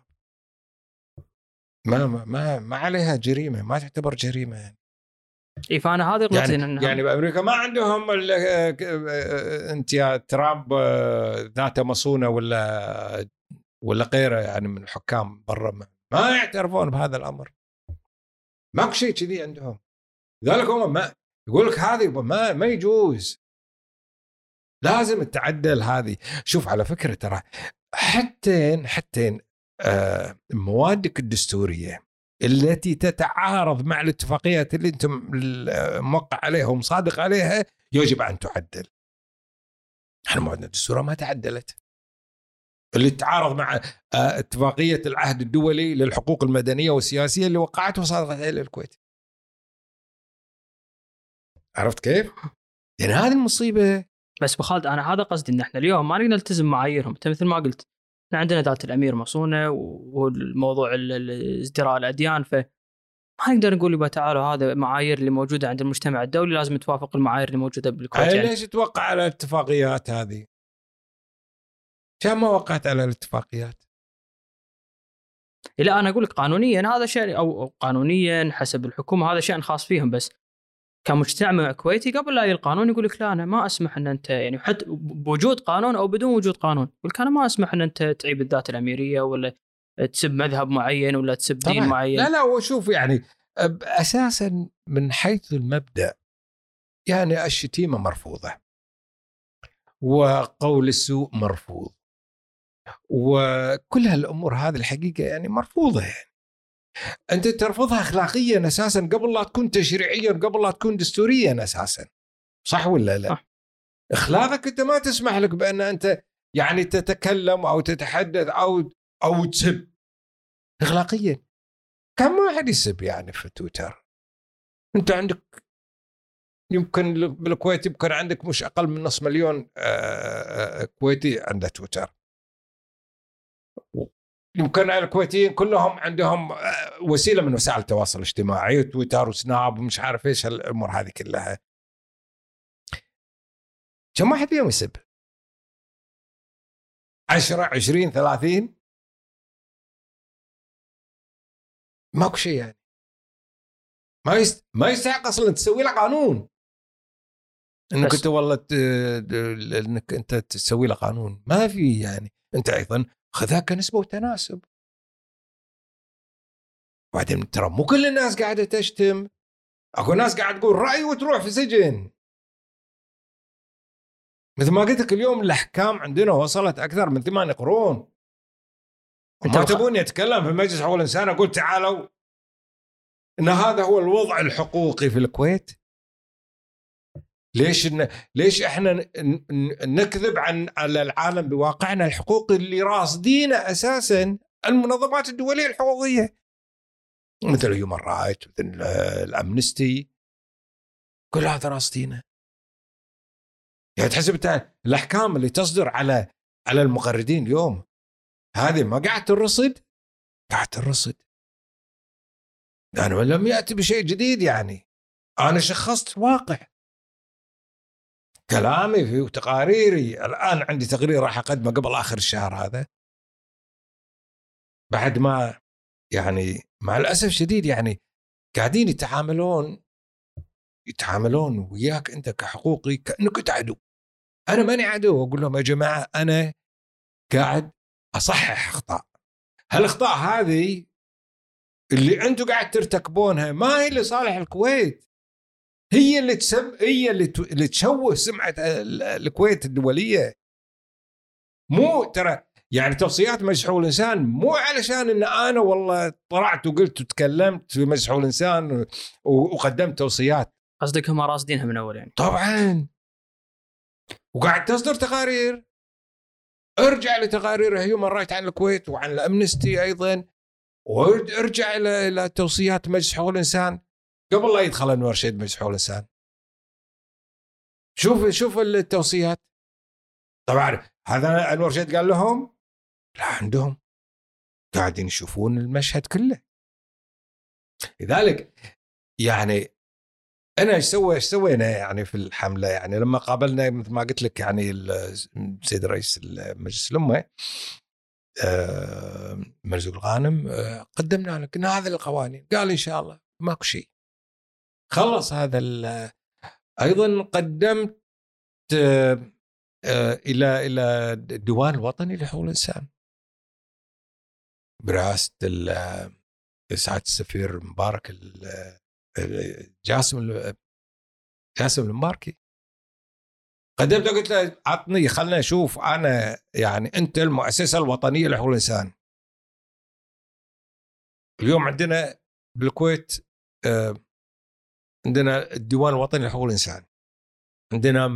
Speaker 1: ما عليها جريمة، ما تعتبر جريمة يعني.
Speaker 2: إيه فأنا هذه غلطتي
Speaker 1: يعني بأمريكا ما عندهم أنت يا ترامب ذات مصونة ولا غيره يعني من الحكام برا ما يعترفون بهذا الأمر، ماكو شيء كذي عندهم. لذلك هم ما يقول لك هذه ما يجوز، لازم التعدل هذه. شوف على فكرة ترى حتى موادك الدستورية التي تتعارض مع الاتفاقيات اللي انتم موقع عليها ومصادق عليها يجب ان تعدل. احنا موادنا الدستورية ما تعدلت، اللي تعارض مع اتفاقية العهد الدولي للحقوق المدنية والسياسية اللي وقعتها وصادقت عليها الكويت. عرفت كيف؟ يعني هذه المصيبة.
Speaker 2: بس بخالد أنا هذا قصدي إن إحنا اليوم ما نقدر نلتزم معاييرهم. أنت مثل ما قلت إحنا عندنا ذات الأمير مصونة والموضوع ازدراء الأديان، ما نقدر نقول يبقى تعالوا هذا معايير اللي موجودة عند المجتمع الدولي لازم توافق المعايير اللي موجودة بالكويت. يعني
Speaker 1: ليش توقع على الاتفاقيات هذه؟ كم ما وقعت على الاتفاقيات؟
Speaker 2: لا أنا أقول لك قانونيا هذا شيء، أو قانونيا حسب الحكومة هذا شيء خاص فيهم، بس كمجتمع كويتي قبل لا القانون يقول لك لا أنا ما أسمح أن أنت، يعني حتى بوجود قانون أو بدون وجود قانون، يقول لك أنا ما أسمح أن أنت تعيب الذات الأميرية ولا تسب مذهب معين ولا تسب دين
Speaker 1: طبعا.
Speaker 2: معين.
Speaker 1: لا وشوف يعني أساسا من حيث المبدأ يعني الشتيمة مرفوضة، وقول السوء مرفوض، وكل هالأمور هذه الحقيقة يعني مرفوضة. يعني أنت ترفضها أخلاقيا أساسا قبل لا تكون تشريعيا، قبل لا تكون دستوريا أساسا، صح ولا لا؟
Speaker 2: صح.
Speaker 1: أخلاقك أنت ما تسمح لك بأن أنت يعني تتكلم أو تتحدث أو تسب أخلاقيا. كم واحد يسب يعني في تويتر؟ أنت عندك يمكن بالكويت يمكن عندك مش أقل من 500,000 كويتي عنده تويتر. يمكن الكويتيين كلهم عندهم وسيلة من وسائل التواصل الاجتماعي، تويتر وسناب ومش عارف إيش الأمور هذه كلها. كم واحد فيهم يسب؟ 10 20 30؟ ماكو شيء يعني. ما يستحق أصلا تسوي له قانون انك انت والله انك انت تسوي له قانون. ما في يعني. انت ايضا خذها كنسبه وتناسب. وبعدين ترى مو كل الناس قاعده تشتم، اكو ناس قاعده تقول راي وتروح في سجن. مثل ما قلت لك اليوم الاحكام عندنا وصلت اكثر من 8 قرون. ما تبوني اتكلم في مجلس حقوق الانسان اقول تعالوا ان هذا هو الوضع الحقوقي في الكويت؟ ليش احنا نكذب على العالم بواقعنا الحقوقي اللي راصدينه اساسا المنظمات الدوليه الحقوقيه مثل هيومن رايت، مثل الامنستي، كل هذا راصدينه. يعني تحسب الاحكام اللي تصدر على المغردين اليوم هذه ما قاعد ترصد، قاعد ترصد. انا لم ياتي بشيء جديد، يعني انا شخصت واقع. كلامي في تقاريري الآن عندي تقرير راح أقدمه قبل آخر الشهر هذا، بعد ما يعني مع الأسف شديد يعني قاعدين يتعاملون وياك أنت كحقوقي كأنك أنت عدو. أنا ماني عدو، أقول لهم يا جماعة أنا قاعد أصحح أخطاء. هالأخطاء هذه اللي أنتم قاعد ترتكبونها ما هي لصالح الكويت، هي اللي تشوه سمعة الكويت الدولية. مو ترى يعني توصيات مجلس حقوق الإنسان مو علشان إن أنا والله طلعت وقلت وتكلمت في مجلس حقوق الإنسان وقدمت توصيات.
Speaker 2: قصدك هم راصدينها من أول يعني؟
Speaker 1: طبعا. وقاعد تصدر تقارير. ارجع لتقارير هيومن رايت عن الكويت وعن الأمنستي أيضا، وارجع إلى توصيات مجلس حقوق الإنسان قبل لا يدخل أنور شهيد مجلس حقوق الإنسان. شوف التوصيات. طبعا هذا أنور شهيد قال لهم لا، عندهم قاعدين يشوفون المشهد كله. لذلك يعني أنا إيش سوينا يعني في الحملة، يعني لما قابلنا مثل ما قلت لك يعني السيد رئيس مجلس الأمة مرزوق الغانم، قدمنا له قلنا هذه القوانين، قال إن شاء الله ماكو شيء. خلص هذا أيضا قدمت إلى الديوان الوطني لحقوق الإنسان برئاسة سعادة السفير مبارك جاسم المباركي. قدمت قلت له عطني خلنا نشوف أنا يعني أنت المؤسسة الوطنية لحقوق الإنسان. اليوم عندنا بالكويت عندنا الديوان الوطني لحقوق الإنسان، عندنا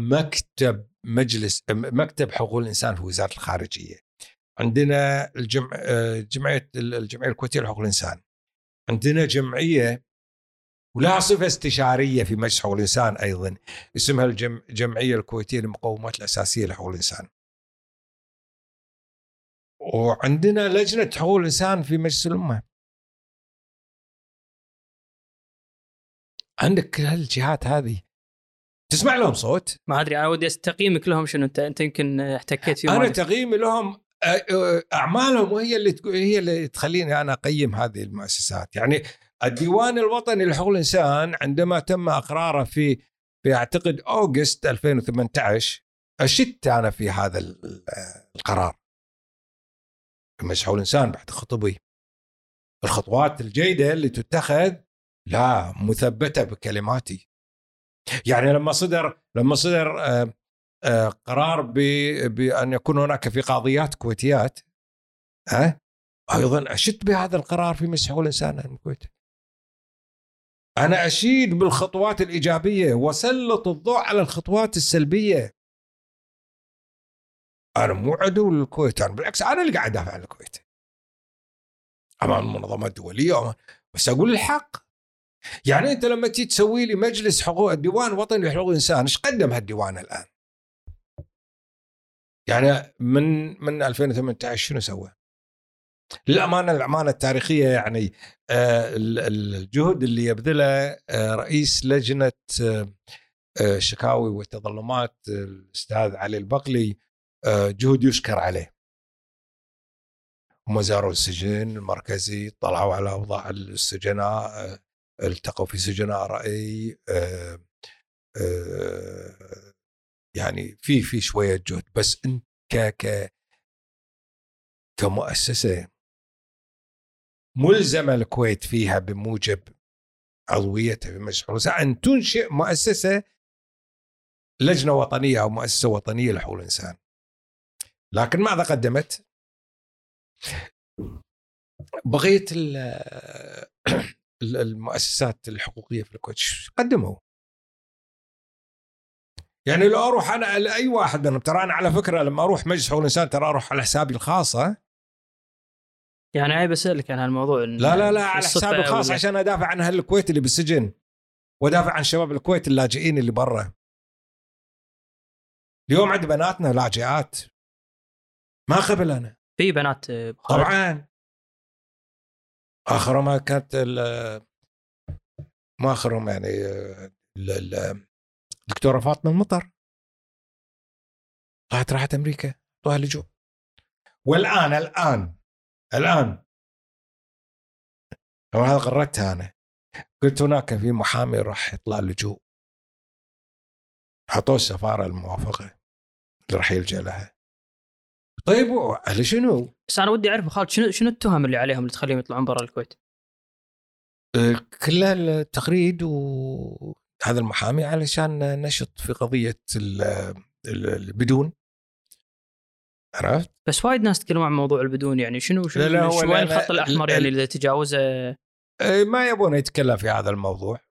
Speaker 1: مكتب حقوق الإنسان في وزارة الخارجية، عندنا الجمعية الكويتية لحقوق الإنسان، عندنا جمعية ولها صفة استشارية في مجلس حقوق الإنسان أيضا اسمها الجمعية الكويتية للمقومات الأساسية لحقوق الإنسان، وعندنا لجنة حقوق الإنسان في مجلس الأمة. عندك هالجهات هذه تسمع لهم صوت.
Speaker 2: ما ادري، انا ودي تقييمك لهم شنو؟ انت يمكن احتكيت فيهم.
Speaker 1: انا تقييمي لهم اعمالهم هي اللي تخليني انا اقيم هذه المؤسسات. يعني الديوان الوطني لحقوق الانسان عندما تم اقراره في اعتقد اوغست 2018 اشدت انا في هذا القرار مجلس حقوق الانسان بعد خطبي. الخطوات الجيده اللي تتخذ لا مثبته بكلماتي. يعني لما صدر قرار بأن يكون هناك في قاضيات كويتيات أيضا أشدت بهذا القرار في مجلس حقوق الإنسان الكويتي. أنا أشيد بالخطوات الإيجابية وسلط الضوء على الخطوات السلبية. أنا مو عدو للكويت، أنا بالعكس أنا اللي قاعد أدافع عن الكويت أمام المنظمات الدولية، بس أقول الحق. يعني أنت لما تيجي تسوي لي مجلس حقوق الديوان الوطني لحقوق الإنسان، إيش قدم هالديوان الآن؟ يعني من 2018 شنو سوى؟ الأمانة التاريخية يعني الجهد اللي يبذله رئيس لجنة شكاوي والتظلمات الأستاذ علي البقلي جهد يشكر عليه. هم زاروا السجن المركزي، طلعوا على أوضاع السجناء، التقوا في سجناء رأي، يعني في شوية جهد. بس انت كمؤسسة ملزمة الكويت فيها بموجب عضويتها في مجلس حقوق الإنسان أن تنشئ مؤسسة لجنة وطنية أو مؤسسة وطنية لحقوق الإنسان. لكن ماذا قدمت؟ بقية المؤسسات الحقوقية في الكويت قدموا. يعني لو أروح أنا لأي واحد منهم، ترى أنا على فكرة لما أروح مجلس حقوق الإنسان ترى أروح على حسابي الخاصة.
Speaker 2: يعني عيب أسألك عن هالموضوع.
Speaker 1: لا على حسابي الخاص عشان أدافع عن أهل الكويت اللي بالسجن، ودافع عن شباب الكويت اللاجئين اللي برا. اليوم عند بناتنا لاجئات ما قبل أنا
Speaker 2: في بنات
Speaker 1: طبعا. آخرهم ما كانت ما آخرهم يعني الدكتورة فاطمة المطر راحت أمريكا طوها لجوء. والآن هذا قررتها أنا، قلت هناك في محامي راح يطلع لجوء، حطوا السفارة الموافقة اللي راح يلجأ لها. طيب على شنو؟
Speaker 2: بس أنا ودي أعرف خالد شنو التهم اللي عليهم اللي تخليهم يطلعون برا الكويت؟
Speaker 1: كلها التغريد وهذا المحامي علشان نشط في قضية البدون. عرفت؟
Speaker 2: بس وايد ناس تكلموا عن موضوع البدون، يعني شنو وين الخط الأحمر يعني إذا تجاوزه؟
Speaker 1: ما يبون يتكلم في هذا الموضوع.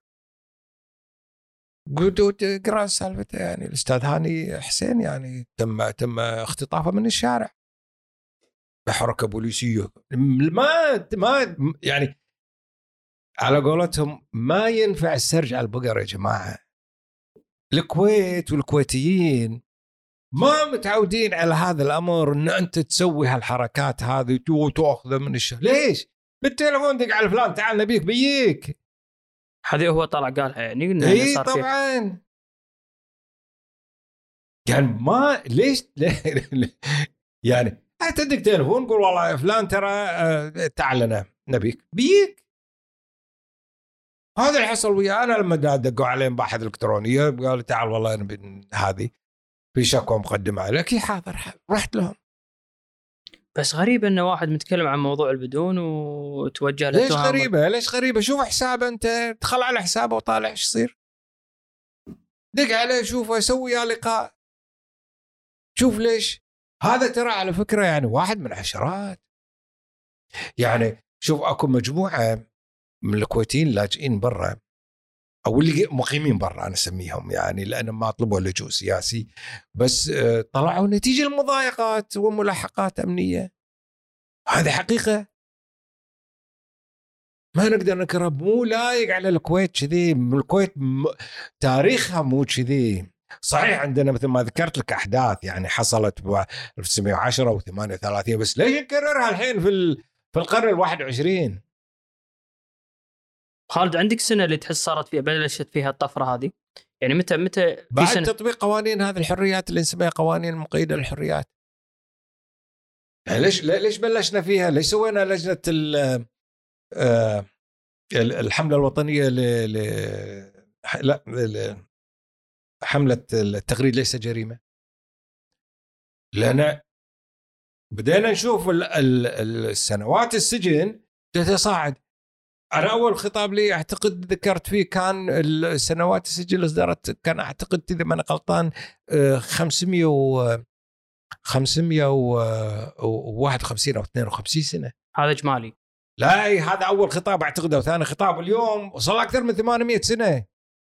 Speaker 1: قلت اقرا سالفته. يعني الاستاذ هاني حسين يعني تم اختطافه من الشارع بحركه بوليسيه. ما يعني على قولتهم ما ينفع السرج على البقر يا جماعه. الكويت والكويتيين ما متعودين على هذا الامر، ان انت تسوي هالحركات هذه وتاخذه من الشارع. ليش؟ بالتليفون دق على فلان تعال نبيك بيك.
Speaker 2: هذه هو طلع قالها يعني
Speaker 1: اي طبعا. يعني ما ليش يعني تدق تليفون قول والله يا فلان ترى تعال لنا نبيك بيك. هذا اللي حصل وياه. انا لما دقوا عليهم باحث الكترونيه قالوا تعال والله نبي هذه في شكوى مقدمه عليك. حاضر رحت لهم.
Speaker 2: بس غريب انه واحد متكلم عن موضوع البدون وتوجه له.
Speaker 1: ليش غريبه؟ شوف حسابه انت، دخل على حسابه وطالع ايش يصير، دق عليه شوفه يسوي يا لقاء، شوف ليش. هذا ترى على فكره يعني واحد من عشرات. يعني شوف اكو مجموعه من الكويتيين لاجئين برا او اللي مقيمين برا انا اسميهم، يعني لان ما طلبوا لجوء سياسي، بس طلعوا نتيجه المضايقات وملاحقات امنيه. هذه حقيقه ما نقدر نكره. مو لايق على الكويت كذي. الكويت تاريخها مو كذي. صحيح عندنا مثل ما ذكرت لك احداث يعني حصلت ب 1910 و38، بس ليش نكررها الحين في القرن ال21؟
Speaker 2: خالد عندك سنه اللي تحس صارت فيها بلشت فيها الطفره هذه؟ يعني متى
Speaker 1: بعد سنة تطبيق قوانين هذه الحريات اللي نسميها قوانين مقيده للحريات. يعني ليش بلشنا فيها؟ ليش سوينا لجنه الحمله الوطنيه حمله التغريد ليس جريمه؟ لأن بدينا نشوف السنوات السجن تتصاعد. أنا أول خطاب لي أعتقد ذكرت فيه كان السنوات السجن اللي صدرت، كان أعتقد إذا ما أنا غلطان 551 أو 52 سنة.
Speaker 2: هذا إجمالي.
Speaker 1: لا هذا أول خطاب أعتقد، أو ثاني خطاب. اليوم وصل أكثر من 800 سنة.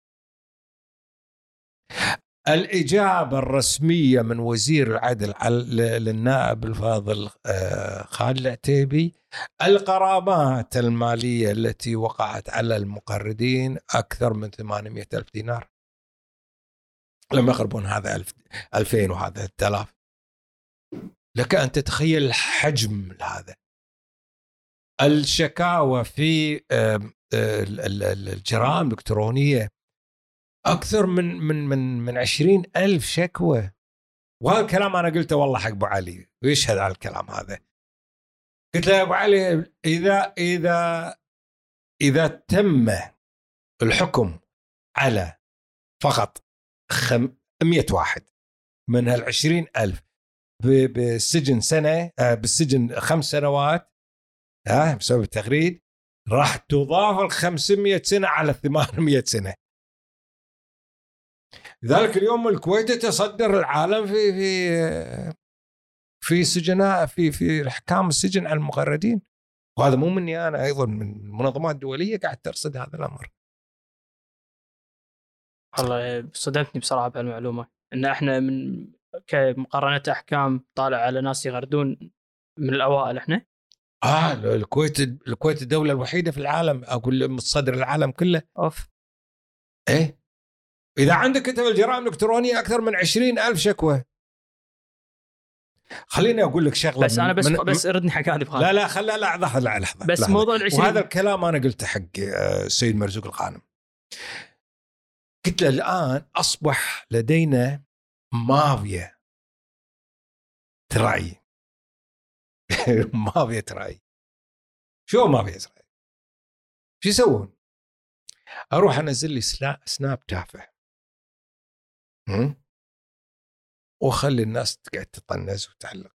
Speaker 1: الإجابة الرسمية من وزير العدل للنائب الفاضل خالد العتيبي: الغرامات المالية التي وقعت على المقردين أكثر من 800 ألف دينار. لما يقربون هذا 2000 وهذا 3000. لك أن تتخيل الحجم هذا. الشكاوى في الجرائم الإلكترونية أكثر من 20,000 شكوى. وهذا الكلام أنا قلته والله حق أبو علي ويشهد على الكلام هذا. قلت له يا أبو علي، إذا تم الحكم على فقط 100 واحد من هال20,000 بالسجن سنة، بالسجن 5 سنوات بسبب التغريد، راح تضاف 500 سنة على 800 سنة. لذلك اليوم الكويت تصدر العالم في سجناء في احكام السجن على المغردين. وهذا مو مني انا، ايضا من المنظمات الدوليه قاعد ترصد هذا الامر.
Speaker 2: والله صدمتني بصراحه بهالمعلومه، ان احنا من كمقارنه احكام طالع على ناس يغردون من الاوائل احنا.
Speaker 1: الكويت الدوله الوحيده في العالم، اقول متصدر العالم كله.
Speaker 2: اوف.
Speaker 1: ايه إذا عندك أنت الجرائم الإلكترونية أكثر من 20,000 شكوى. خليني أقول لك شغلة.
Speaker 2: بس أنا بس أردني حق هذه بخالد.
Speaker 1: لا لحظة.
Speaker 2: بس موضوع 20.
Speaker 1: وهذا الكلام أنا قلته حق السيد مرزوق الغانم. قلت له الآن أصبح لدينا مافيا تراي. مافيا تراي. شو مافيا تراي؟ شو يسوون؟ أروح أنزل لي سناب تافه، وخلي الناس تقعد تطنز وتعلق.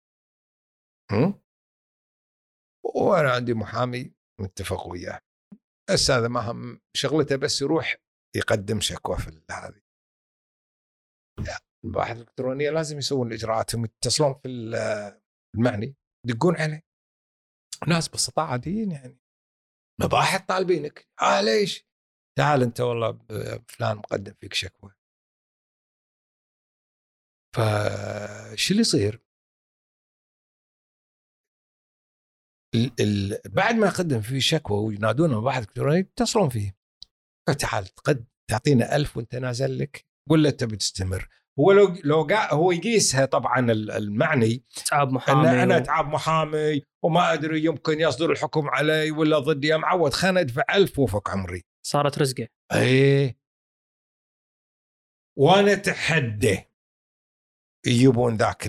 Speaker 1: وأنا عندي محامي متفق وياه، بس هذا ما هم شغلته، بس يروح يقدم شكوى في هذه. الباحث الإلكترونية لازم يسوون إجراءاتهم، يتصلون في المعني يدقون عليه. ناس بسطاء عاديين، يعني مباحث طالبينك. ليش؟ تعال أنت والله فلان مقدم فيك شكوى. فش اللي يصير؟ بعد ما يقدم فيه شكوى وينادونه مباحث إلكترونية يتصلون فيه: تعال تعطينا 1000 وانت نازل لك، ولا تبي تستمر؟ هو هو يقيسها طبعا المعني
Speaker 2: تعب محامي،
Speaker 1: ان انا تعب محامي وما ادري يمكن يصدر الحكم علي ولا ضدي، يا معود خلنا ادفع 1000 وفق عمري.
Speaker 2: صارت رزقه.
Speaker 1: ايه. وانا اتحدى يجيبون ذاك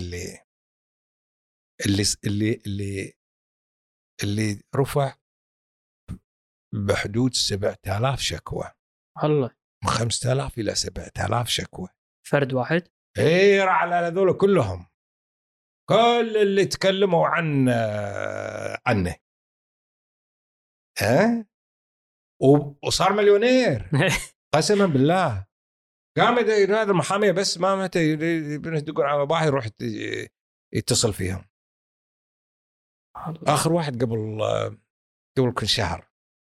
Speaker 1: اللي رفع بحدود 7000 شكوى.
Speaker 2: الله.
Speaker 1: من 5000 إلى 7000 شكوى.
Speaker 2: فرد واحد؟
Speaker 1: ايه، على هذول كلهم، كل اللي تكلموا عنه. وصار مليونير. قسما بالله. قام هذا المحامي بس ما متى يدقون على مباحث يروح يتصل فيهم. آخر واحد قبل كل شهر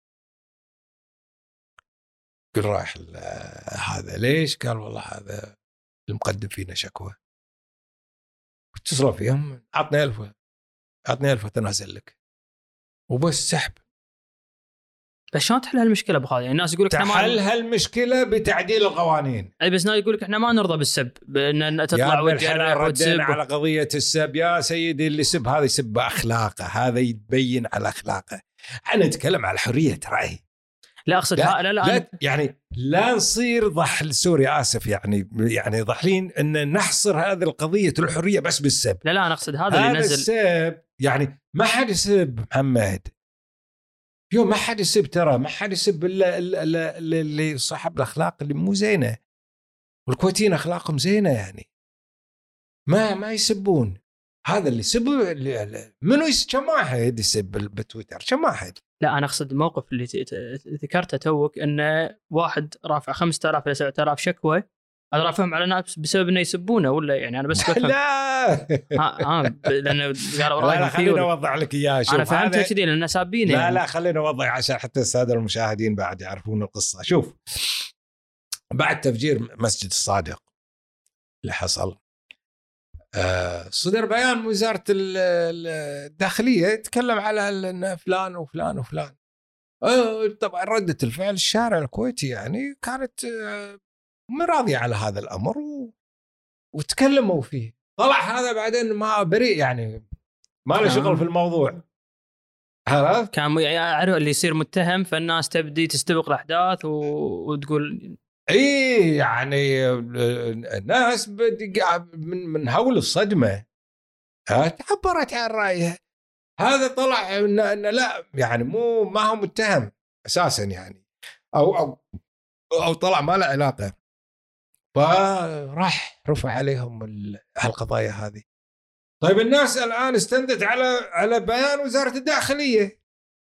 Speaker 1: قل رايح هذا ليش؟ قال والله هذا المقدم فينا شكوى. اتصلوا فيهم: عطني 1000 وتنازل لك، وبس سحب.
Speaker 2: بس شلون تحل هالمشكله ابو خالد؟ يعني الناس يقول لك
Speaker 1: تحل هالمشكله بتعديل القوانين.
Speaker 2: اي بس الناس يقول لك احنا ما نرضى بالسب، بان تطلع وتجرح وتسب.
Speaker 1: على قضيه السب يا سيدي، اللي يسب هذا يسب اخلاقه، هذا يتبين على اخلاقه. احنا نتكلم على حريه راي.
Speaker 2: لا اقصد
Speaker 1: لا يعني لا نصير سوري اسف يعني ضحلين ان نحصر هذه القضيه الحريه بس بالسب.
Speaker 2: لا انا اقصد هذا اللي نزل
Speaker 1: السب، يعني ما حد يسب محمد يوم، ما حد يسب، ترى ما حد يسب الا اللي صاحب الاخلاق اللي مو زينه، والكويتيين اخلاقهم زينه يعني ما يسبون. هذا اللي يسب منو كم واحد يسب بتويتر كم واحد؟
Speaker 2: لا انا اقصد الموقف اللي ذكرته توك، ان واحد رافع 5000 الى 7000 شكوى، هذا رافعهم على ناس بسبب انه يسبونه، ولا يعني انا بس بفهم.
Speaker 1: لا
Speaker 2: لانه قالوا رايهم فيه.
Speaker 1: خليني اوضح لك اياه.
Speaker 2: انا فهمت كذي لان سابينه.
Speaker 1: لا خليني اوضح عشان حتى الساده المشاهدين بعد يعرفون القصه. شوف، بعد تفجير مسجد الصادق اللي حصل، صدر بيان من وزارة الداخلية يتكلم على أن فلان وفلان وفلان. طبعا ردة الفعل الشارع الكويتي يعني كانت مو راضية على هذا الأمر وتكلموا فيه. طلع هذا بعدين ما بريء، يعني ما له شغل في الموضوع. عرفت؟
Speaker 2: كان يعرف اللي يصير متهم، فالناس تبدي تستبق الأحداث وتقول
Speaker 1: ايه يعني الناس من هول الصدمه تعبرت عن رايها. هذا طلع إن لا يعني ما هو متهم اساسا يعني، او طلع ما له علاقه، فراح رفع عليهم هالقضايا هذه. طيب الناس الان استندت على بيان وزاره الداخليه،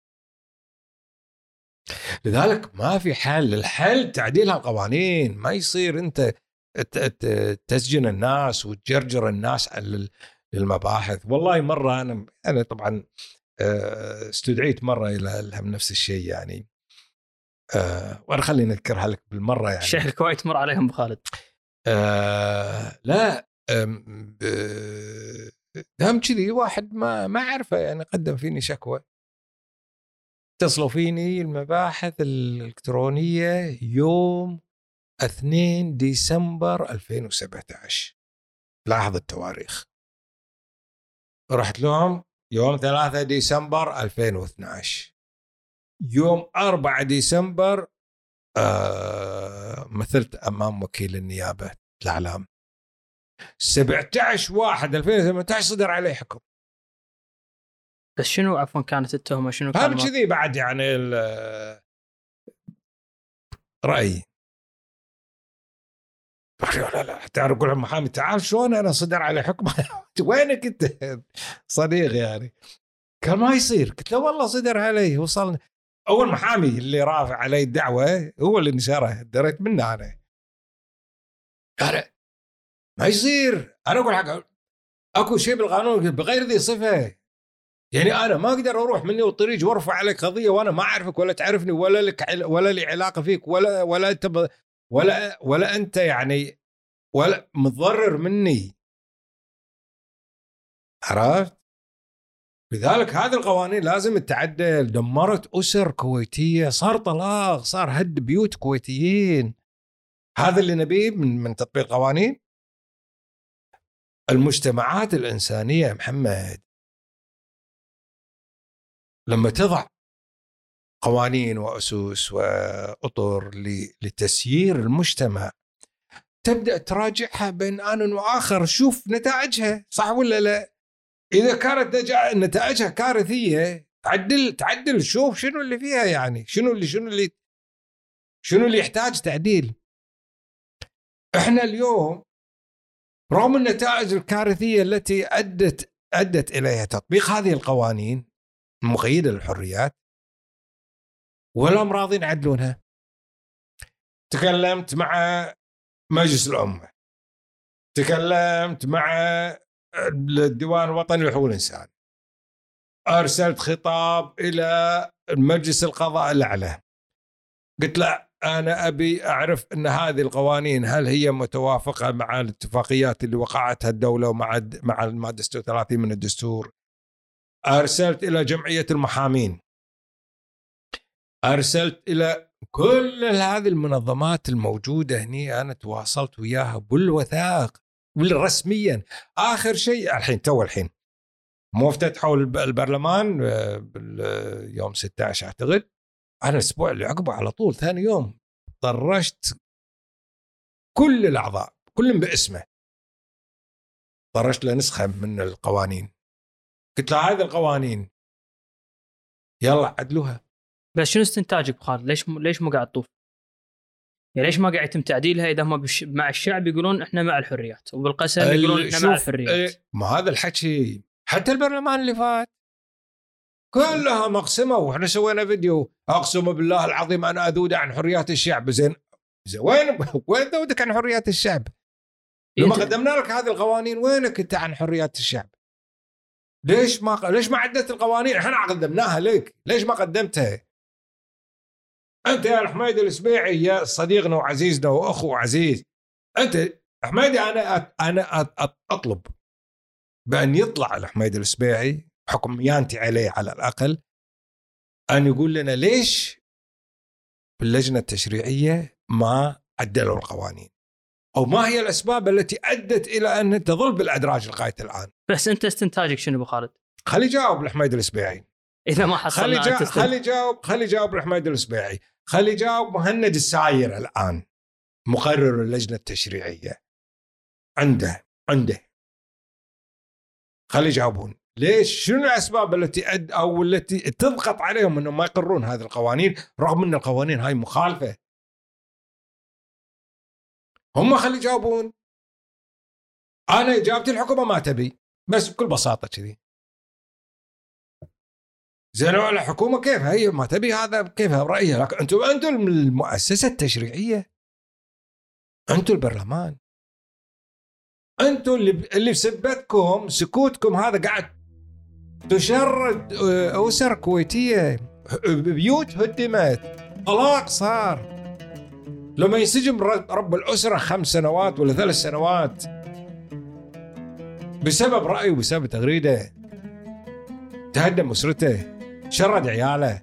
Speaker 1: لذلك ما في حل. الحل تعديل هالقوانين. ما يصير انت تسجن الناس وتجرجر الناس على المباحث. والله مره انا طبعا استدعيت مره الى نفس الشيء يعني، وانا خليني اذكرها لك بالمره يعني.
Speaker 2: شيخ الكويت مر عليهم بخالد.
Speaker 1: لا هم كذي واحد ما اعرفه يعني قدم فيني شكوى، اتصلوا فيني المباحث الإلكترونية يوم 2 ديسمبر 2017. لاحظ التواريخ. رحت لهم يوم 3 ديسمبر 2012. يوم 4 ديسمبر مثلت أمام وكيل النيابة الإعلام. 17/1/2018 صدر عليه حكم.
Speaker 2: بس شنو عفوا كانت التهمة؟ شنو
Speaker 1: كان كذي بعد يعني رأيي. لا تعرف اقول محامي تعال شلون انا صدر على حكم وينك انت صديق يعني؟ قال ما يصير. قلت له والله صدر علي، وصلنا. اول محامي اللي رافع علي الدعوه هو اللي نشره، دريت منه انا. قال ما يصير. انا اقول حق اكو شيء بالقانون بغير ذي صفه، يعني انا ما اقدر اروح مني والطريق وارفع عليك قضيه وانا ما اعرفك ولا تعرفني ولا لك ولا لي علاقه فيك ولا انت ولا انت يعني ولا متضرر مني. عرفت؟ لذلك هذه القوانين لازم تتعدل. دمرت أسر كويتية، صار طلاق، صار هد بيوت كويتيين. هذا اللي نبيه من تطبيق قوانين. المجتمعات الإنسانية محمد لما تضع قوانين وأسس وأطر لتسيير المجتمع تبدأ تراجعها بين آن وآخر، شوف نتائجها صح ولا لا. إذا كانت نتائجها كارثية تعدل شوف شنو اللي فيها، يعني شنو اللي يحتاج تعديل. احنا اليوم رغم النتائج الكارثية التي أدت إليها تطبيق هذه القوانين المقيدة للحريات، ولا راضين يعدلونها. تكلمت مع مجلس الأمة، تكلمت مع الديوان الوطني لحقوق الإنسان، أرسلت خطاب إلى المجلس القضاء الأعلى، قلت له أنا أبي أعرف أن هذه القوانين هل هي متوافقة مع الاتفاقيات اللي وقعتها الدولة ومع المادة 36 من الدستور. أرسلت إلى جمعية المحامين، أرسلت إلى كل هذه المنظمات الموجودة هني. أنا تواصلت وياها بالوثائق رسميا. آخر شيء الحين مو افتتحوا البرلمان باليوم 16 أعتقد، أنا الأسبوع اللي عقبه على طول ثاني يوم طرشت كل الأعضاء كلهم باسمه، طرشت له نسخة من القوانين، قلت له هذه القوانين يلا عدلوها.
Speaker 2: بس شنو استنتاجك بخالد؟ ليش مو قاعد تطوف؟ يعني ليش ما قاعد يتم تعديلها اذا هم مع الشعب يقولون احنا مع الحريات، وبالقسم يقولون احنا مع الحريات؟
Speaker 1: ما هذا الحكي حتى البرلمان اللي فات كلها مقسمه، واحنا سوينا فيديو اقسم بالله العظيم انا اذود عن حريات الشعب. زين وين ذودك عن حريات الشعب؟ لما قدمنا لك هذه القوانين وينك انت عن حريات الشعب؟ ليش ما عدت القوانين؟ احنا قدمناها لك، ليش ما قدمتها؟ انت يا الحميدي السبيعي يا صديقنا وعزيزنا واخو عزيز، انت حميدي انا اطلب بان يطلع الحميدي السبيعي حكم يانتي عليه على الاقل ان يقول لنا ليش باللجنه التشريعيه ما عدلوا القوانين، او ما هي الاسباب التي ادت الى ان تظل بالادراج لغايه الان.
Speaker 2: بس انت استنتاجك شنو ابو خالد؟
Speaker 1: خلي يجاوب الحميدي السبيعي
Speaker 2: اذا ما حصلنا
Speaker 1: خلي يجاوب الحميدي السبيعي، خلي يجاوب مهند الساير الان مقرر اللجنه التشريعيه عنده خلي يجاوبون ليش، شنو الاسباب التي او التي تضغط عليهم انهم ما يقررون هذه القوانين رغم ان القوانين هاي مخالفه. هم خلي يجاوبون. انا اجابتي الحكومه ما تبي، بس بكل بساطه كذي. زين الحكومه كيف هي ما تبي هذا كيف رايها، لكن انتم المؤسسه التشريعيه، انتم البرلمان، انتم اللي بسبتكم سكوتكم هذا قاعد تشرد اسر كويتيه، بيوت هدمت، طلاق صار. لما ينسجم رب الاسره 5 سنوات ولا 3 سنوات بسبب رايه وبسبب تغريده، تهدم اسرته، شرد عياله.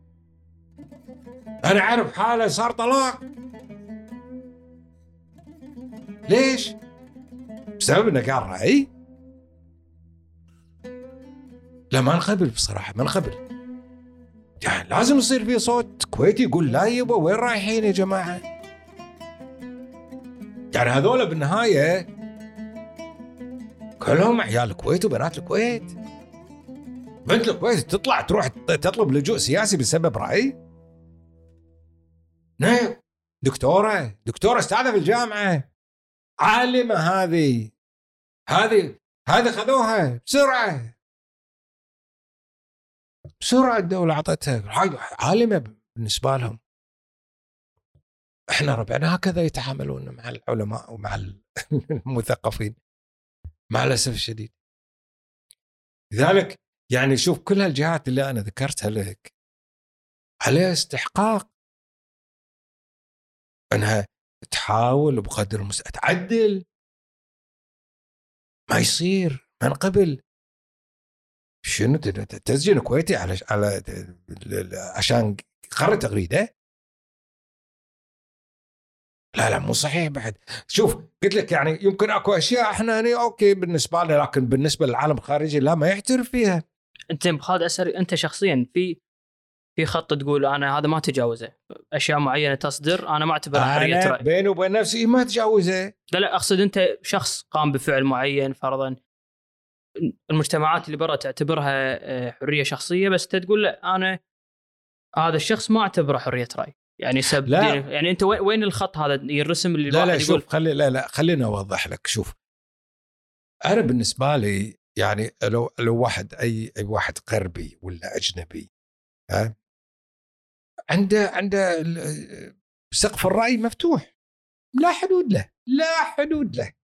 Speaker 1: انا اعرف حاله صار طلاق. ليش؟ بسبب انه قال راي. لا ما نقبل بصراحه، ما نقبل. يعني لازم يصير في صوت كويتي يقول لا يبا وين رايحين يا جماعه؟ يعني هذول بالنهايه كلهم عيال الكويت وبنات الكويت. بنت الكويت تطلع تروح تطلب لجوء سياسي بسبب راي؟ نعم، دكتوره استاذه في الجامعه، عالمه، هذه خذوها بسرعه الدوله اعطتها، عالمه بالنسبه لهم. احنا ربعنا هكذا يتعاملون مع العلماء ومع المثقفين مع الاسف الشديد. لذلك يعني شوف كل هالجهات اللي انا ذكرتها لك عليها استحقاق انها تحاول بقدر المستطاع تعدل. ما يصير ما نقبل. شنو تسجيل كويتي على عشان قرر تغريده؟ لا مو صحيح بعد. شوف قلت لك يعني يمكن اكو اشياء احنا هنا اوكي بالنسبه لنا، لكن بالنسبه للعالم الخارجي لا ما يعترف فيها.
Speaker 2: انت بخالد اسر انت شخصيا في خط تقول انا هذا ما تجاوزه، اشياء معينه تصدر انا ما اعتبرها حريه راي
Speaker 1: بيني وبين نفسي ما تجاوزه.
Speaker 2: لا اقصد انت شخص قام بفعل معين فرضا المجتمعات اللي برا تعتبرها حريه شخصيه، بس انت تقول لا انا هذا الشخص ما اعتبره حريه راي، يعني يعني انت وين الخط هذا يرسم اللي
Speaker 1: لا شوف خلينا اوضح لك. شوف انا بالنسبه لي يعني لو واحد اي واحد غربي ولا اجنبي عنده سقف الراي مفتوح لا حدود له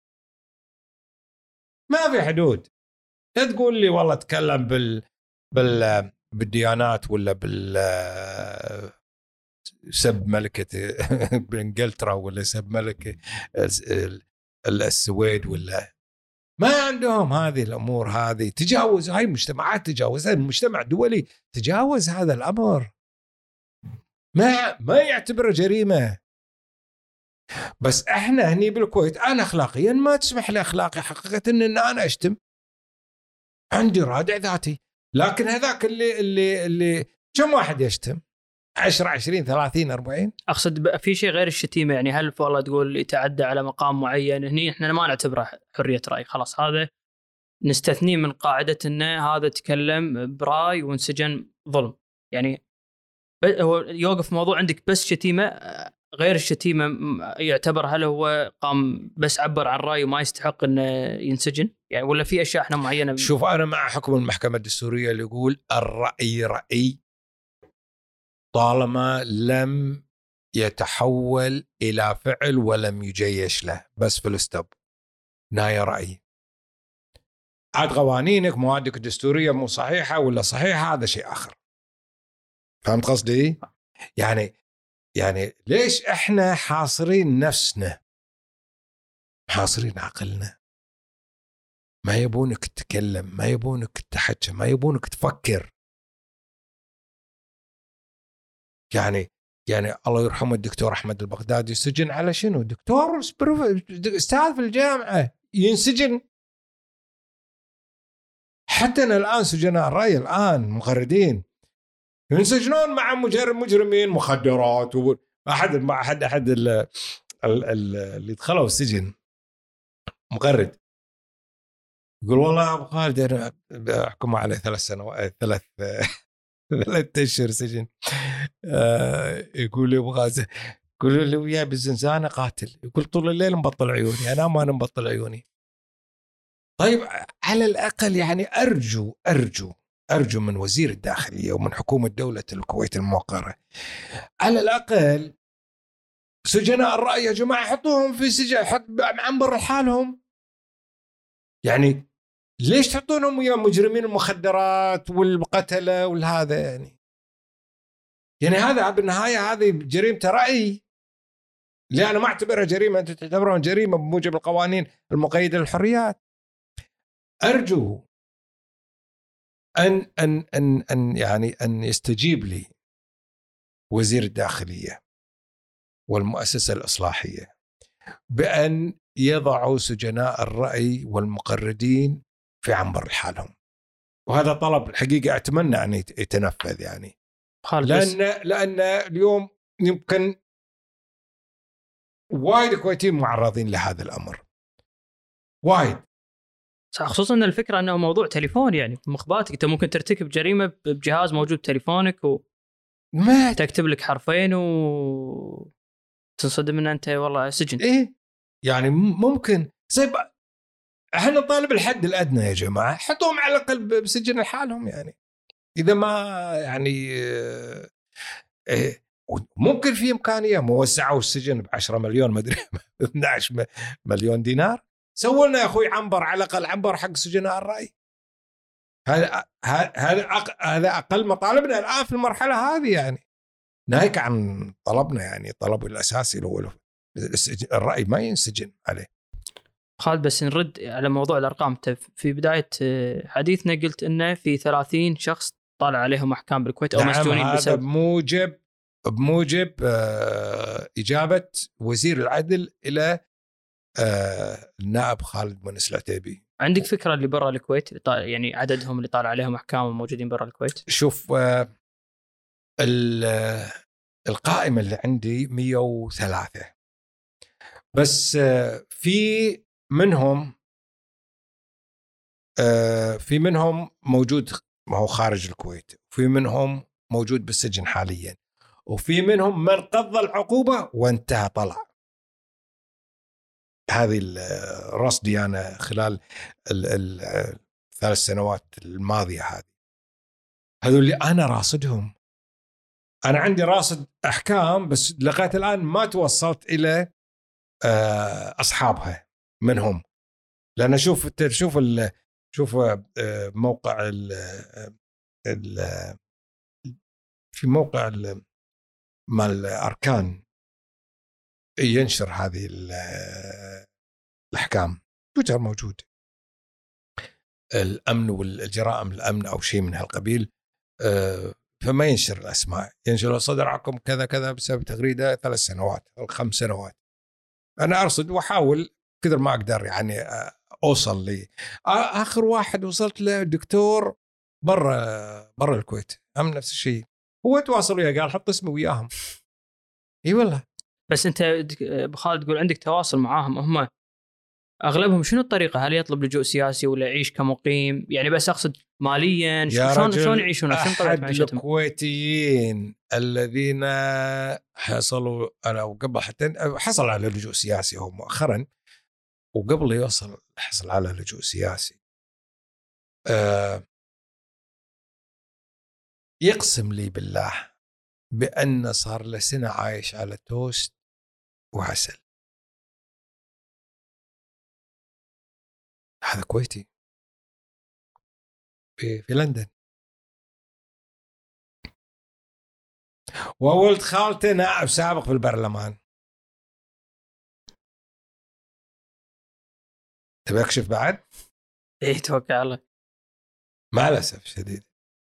Speaker 1: ما في حدود. لا تقول لي والله اتكلم بالديانات ولا سب ملكة بإنجلترا ولا سب ملكة السويد ولا ما عندهم هذه الأمور. هذه تجاوز، هاي مجتمعات تجاوزها، المجتمع الدولي تجاوز هذا الأمر، ما يعتبره جريمة. بس احنا هني بالكويت انا اخلاقيا ما تسمح لي اخلاقي حقيقة ان انا اشتم، عندي رادع ذاتي. لكن هذاك اللي كم واحد يشتم 10 20 30 40.
Speaker 2: اقصد في شيء غير الشتيمه، يعني هل والله تقول يتعدى على مقام معين، هني احنا ما نعتبره حريه راي، خلاص هذا نستثنيه من قاعده انه هذا تكلم براي وانسجن ظلم. يعني هو يوقف موضوع عندك بس شتيمه، غير الشتيمه يعتبر هل هو قام بس عبر عن رايه وما يستحق انه ينسجن يعني، ولا في اشياء احنا معينه؟
Speaker 1: شوف انا مع حكم المحكمه الدستوريه اللي يقول الراي راي طالما لم يتحول الى فعل ولم يجيش له، بس في الستوب نهايه راي. عاد قوانينك موادك الدستوريه مو صحيحه ولا صحيحه هذا شيء اخر. فهمت قصدي؟ يعني ليش احنا حاصرين نفسنا، حاصرين عقلنا، ما يبونك تتكلم، ما يبونك تحكي، ما يبونك تفكر. يعني الله يرحمه الدكتور أحمد البغدادي سجن على شنو؟ دكتور استاذ في الجامعة ينسجن. حتى الآن سجناء الرأي الآن مغردين ينسجنون مع مجرمين مخدرات. أحد اللي دخلوا السجن مغرد يقول والله أبو خالد أنا أحكمه على 3 سنوات 3 أشهر سجن. يقول لي أبو غازي، يقول لي وياه بالزنزانة قاتل، يقول طول الليل مبطل عيوني، أنا ما مبطل عيوني. طيب على الأقل يعني أرجو من وزير الداخلية ومن حكومة دولة الكويت الموقرة على الأقل سجناء الرأي يا جماعة حطوهم في سجن، حط عنبر لحالهم. يعني ليش تحطونهم ويا مجرمين المخدرات والقتلة والهذا؟ يعني هذا بالنهاية هذه جريمة رأي اللي أنا ما أعتبرها جريمة، أنت تعتبرها جريمة بموجب القوانين المقيدة للحريات. أرجو أن يستجيب لي وزير الداخلية والمؤسسة الإصلاحية بأن يضعوا سجناء الرأي والمقردين في عنبر لحالهم. وهذا طلب الحقيقة أتمنى أن يتنفذ يعني، لأن اليوم يمكن وايد كويتيين معرضين لهذا الأمر وايد،
Speaker 2: خصوصا ان الفكره انه موضوع تليفون، يعني مخباتك انت ممكن ترتكب جريمه بجهاز موجود تليفونك
Speaker 1: ما
Speaker 2: تكتب لك حرفين وتنصدم ان انت والله سجن.
Speaker 1: ايه يعني ممكن زي احنا نطالب الحد الادنى يا جماعه، حطوهم على الاقل بسجن لحالهم يعني. اذا ما يعني إيه ممكن في امكانيه موسعوا السجن ب10 مليون ما ادري 12 مليون دينار، سووا لنا يا اخوي عنبر على الاقل، عنبر حق سجناء الرأي. هذا اقل مطالبنا الان في المرحله هذه يعني، ناهيك عن طلبنا يعني طلب الاساسي اللي هو الرأي ما ينسجن عليه.
Speaker 2: خالد بس نرد على موضوع الارقام، في بدايه حديثنا قلت انه في 30 شخص طالع عليهم احكام بالكويت او مسجونين
Speaker 1: بسبب بموجب اجابه وزير العدل الى النائب خالد مونس العتيبي.
Speaker 2: عندك فكره اللي برا الكويت يعني عددهم اللي طالع عليهم احكام وموجودين برا الكويت؟
Speaker 1: شوف القائمه اللي عندي 103 بس، في منهم موجود ما هو خارج الكويت، وفي منهم موجود بالسجن حاليا، وفي منهم من قضى العقوبة وانتهى طلع. هذه رصدي أنا خلال 3 سنوات الماضية، هذول اللي أنا راصدهم. أنا عندي راصد أحكام بس لغاية الآن ما توصلت إلى أصحابها منهم، لأن شوف موقع في موقع مال الأركان ينشر هذه الأحكام، تويتر موجود، الأمن والجرائم الأمن أو شيء من هالقبيل، فما ينشر الأسماء، ينشر صدر عقم كذا كذا بسبب تغريدة 3 سنوات أو 5 سنوات. أنا أرصد وأحاول كثر ما أقدر يعني أوصل لي. آخر واحد وصلت له دكتور برا الكويت، هم نفس الشيء، هو تواصل وياه قال حط اسمي وياهم. اي والله.
Speaker 2: بس انت ابو خالد تقول عندك تواصل معاهم، هم اغلبهم شنو الطريقه؟ هل يطلب لجوء سياسي ولا يعيش كمقيم؟ يعني بس اقصد ماليا شلون يعيشون؟ شنو طبيعه
Speaker 1: احد
Speaker 2: معيشتهم؟
Speaker 1: الكويتيين الذين حصلوا، انا وقبل حتى حصل على لجوء سياسي هو مؤخرا، وقبل يوصل حصل على لجوء سياسي، يقسم لي بالله بأن صار له سنة عايش على توست وعسل. هذا كويتي في لندن، وولد خالته نائب سابق في البرلمان. تبي اكشف بعد؟
Speaker 2: ايه توكل على الله.
Speaker 1: مع الاسف شديد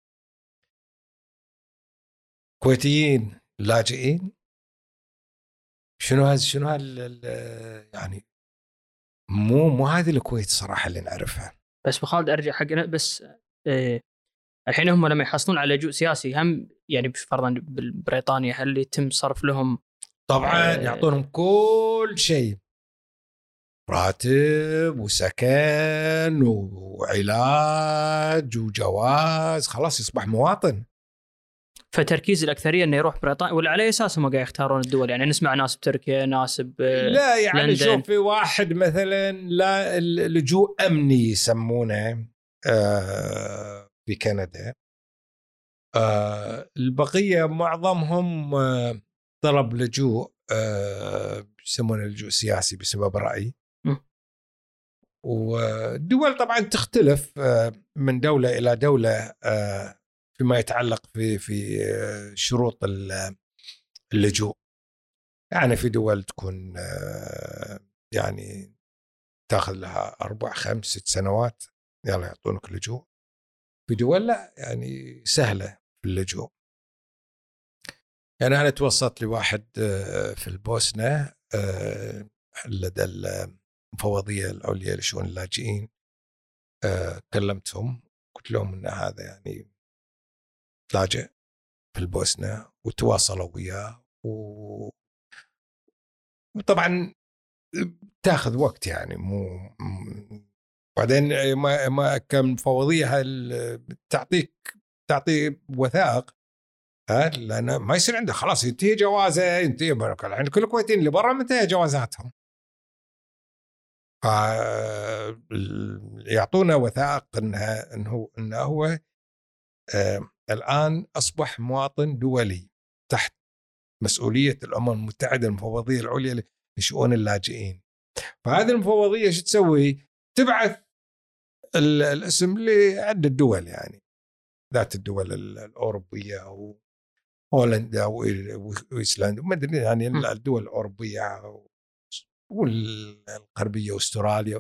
Speaker 1: كويتيين لاجئين، شنو يعني مو هذه الكويت صراحه اللي نعرفها.
Speaker 2: بس بخالد ارجع حقنا بس. الحين هم لما يحصلون على لجوء سياسي هم يعني فرضا ببريطانيا هل يتم صرف لهم؟
Speaker 1: طبعا يعطونهم كل شيء، راتب وسكن وعلاج وجواز، خلاص يصبح مواطن.
Speaker 2: فتركيز الأكثرية إنه يروح بريطانيا، ولا على أساس هم قاعد يختارون الدول؟ يعني نسمع ناس بتركيا، ناس
Speaker 1: لا يعني
Speaker 2: لندن.
Speaker 1: شوف، في واحد مثلا لا لجوء أمني يسمونه في كندا، البقية معظمهم طلب لجوء يسمونه لجوء سياسي بسبب رأي. والدول طبعا تختلف من دولة إلى دولة فيما يتعلق في شروط اللجوء. يعني في دول تكون يعني تاخذ لها 4 5 6 سنوات يلا يعطونك لجوء، في دول لا يعني سهلة في اللجوء. يعني أنا توسطت لواحد في البوسنة لدى المفوضية العليا لشؤون اللاجئين، كلمتهم قلت لهم أن هذا يعني لاجئ في البوسنة، وتواصلوا وياه وطبعا تاخذ وقت يعني بعدين ما كمفوضية تعطي وثائق، لأن ما يصير عنده خلاص ينتهي جوازه، ينتهي الحين كل الكويتيين اللي برا منتهي جوازاتهم، يعطونا وثائق انه هو الآن أصبح مواطن دولي تحت مسؤولية الأمم المتحدة المفوضية العليا لشؤون اللاجئين. فهذه المفوضية شو تسوي؟ تبعث الاسم لعدة دول، يعني ذات الدول الأوروبية أو هولندا وإيسلندا وما أدري، يعني الدول الأوروبية والغربية واستراليا،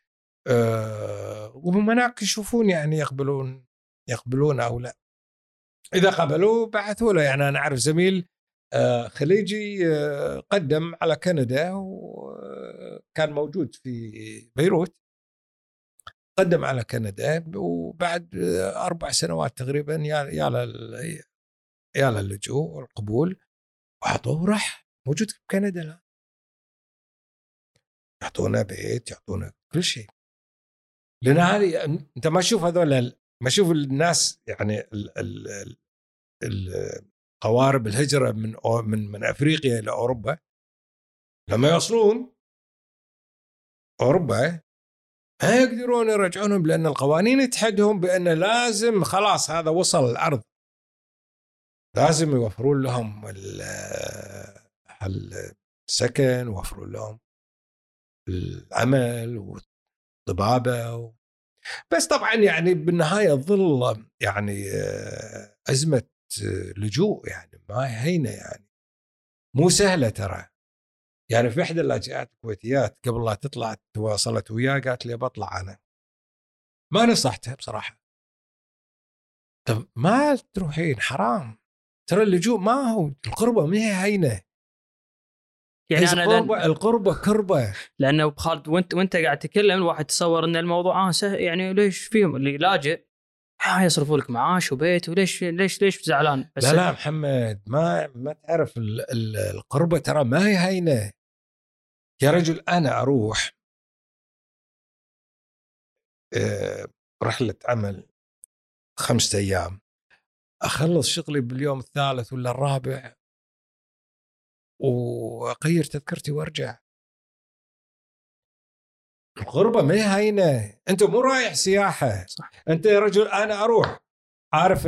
Speaker 1: وهم هناك يشوفون يعني يقبلون أو لا. إذا قبلوا بعثوا له. يعني أنا أعرف زميل خليجي قدم على كندا وكان موجود في بيروت، قدم على كندا وبعد 4 سنوات تقريبا يا للجوء والقبول وعطوه راح موجود في كندا الآن، يعطونا بيت يعطونا كل شيء. لأن هذه أنت ما تشوف هذول، ما تشوف الناس يعني قوارب الهجرة من أفريقيا إلى أوروبا لما يوصلون أوروبا ما يقدرون يرجعونهم، لأن القوانين تحدهم بأن لازم خلاص هذا وصل الأرض، لازم يوفرون لهم السكن ويوفرون لهم العمل والطبابة بس طبعا يعني بالنهاية ظل يعني أزمة لجوء يعني ما هينة، يعني مو سهلة ترى. يعني في إحدى اللاجئات الكويتيات قبل لا تطلع تواصلت وياه قالت لي بطلع أنا، ما نصحتها بصراحة. طب ما تروحين حرام، ترى اللجوء ما هو القربة ما هي هينة،
Speaker 2: يعني أنا
Speaker 1: القربة كربة.
Speaker 2: لأنه بخالد وانت قاعد تتكلم الواحد تصور ان الموضوع سهل، يعني ليش فيهم اللي لاجئ يصرفوا لك معاش وبيت، وليش ليش زعلان؟ بس
Speaker 1: لا محمد، ما تعرف القربة ترى ما هي هينة يا رجل. أنا أروح رحلة عمل 5 أيام، أخلص شغلي باليوم الثالث ولا الرابع وأغير تذكرتي وأرجع. الغربة ما هي هينة، أنت مو رايح سياحة.
Speaker 2: صح.
Speaker 1: أنت يا رجل أنا أروح عارف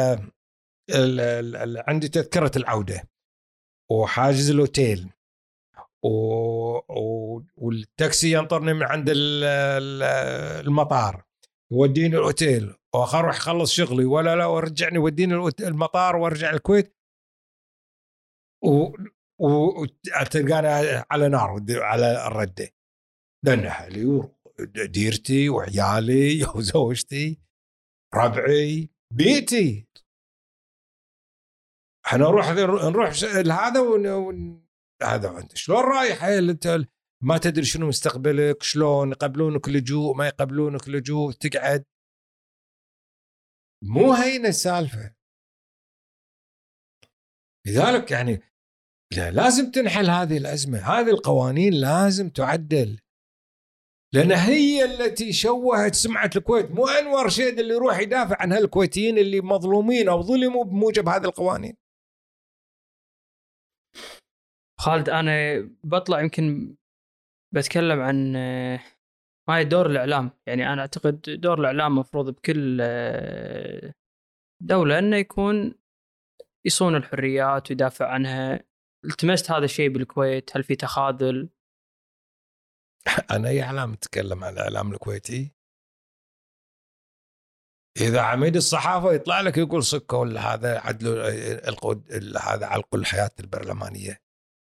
Speaker 1: عندي تذكرة العودة وحاجز الأوتيل والتاكسي ينطرني من عند المطار يوديني الأوتيل، وأروح أخلص شغلي لا ورجعني وديني المطار وارجع الكويت، وتلقاني على نار على الردة. لأن أهلي وديرتي وعيالي وزوجتي ربعي بيتي، احنا نروح لهذا هذا انت شلون رايح؟ انت ما تدري شنو مستقبلك، شلون يقبلونك لجوء ما يقبلونك لجوء، تقعد مو هينه السالفه. لذلك يعني لازم تنحل هذه الازمه، هذه القوانين لازم تعدل، لان هي التي شوهت سمعه الكويت. مو انور شيد اللي يروح يدافع عن هالكويتيين اللي مظلومين او ظلموا بموجب هذه القوانين.
Speaker 2: خالد انا بطلع يمكن بتكلم عن هاي دور الاعلام. يعني انا اعتقد دور الاعلام مفروض بكل دوله انه يكون يصون الحريات ويدافع عنها. التمست هذا الشيء بالكويت؟ هل في تخاذل؟
Speaker 1: انا اي اعلام اتكلم عن الاعلام الكويتي؟ اذا عميد الصحافه يطلع لك يقول سكه ولا هذا عدلوا هذا علقوا الحياه البرلمانيه.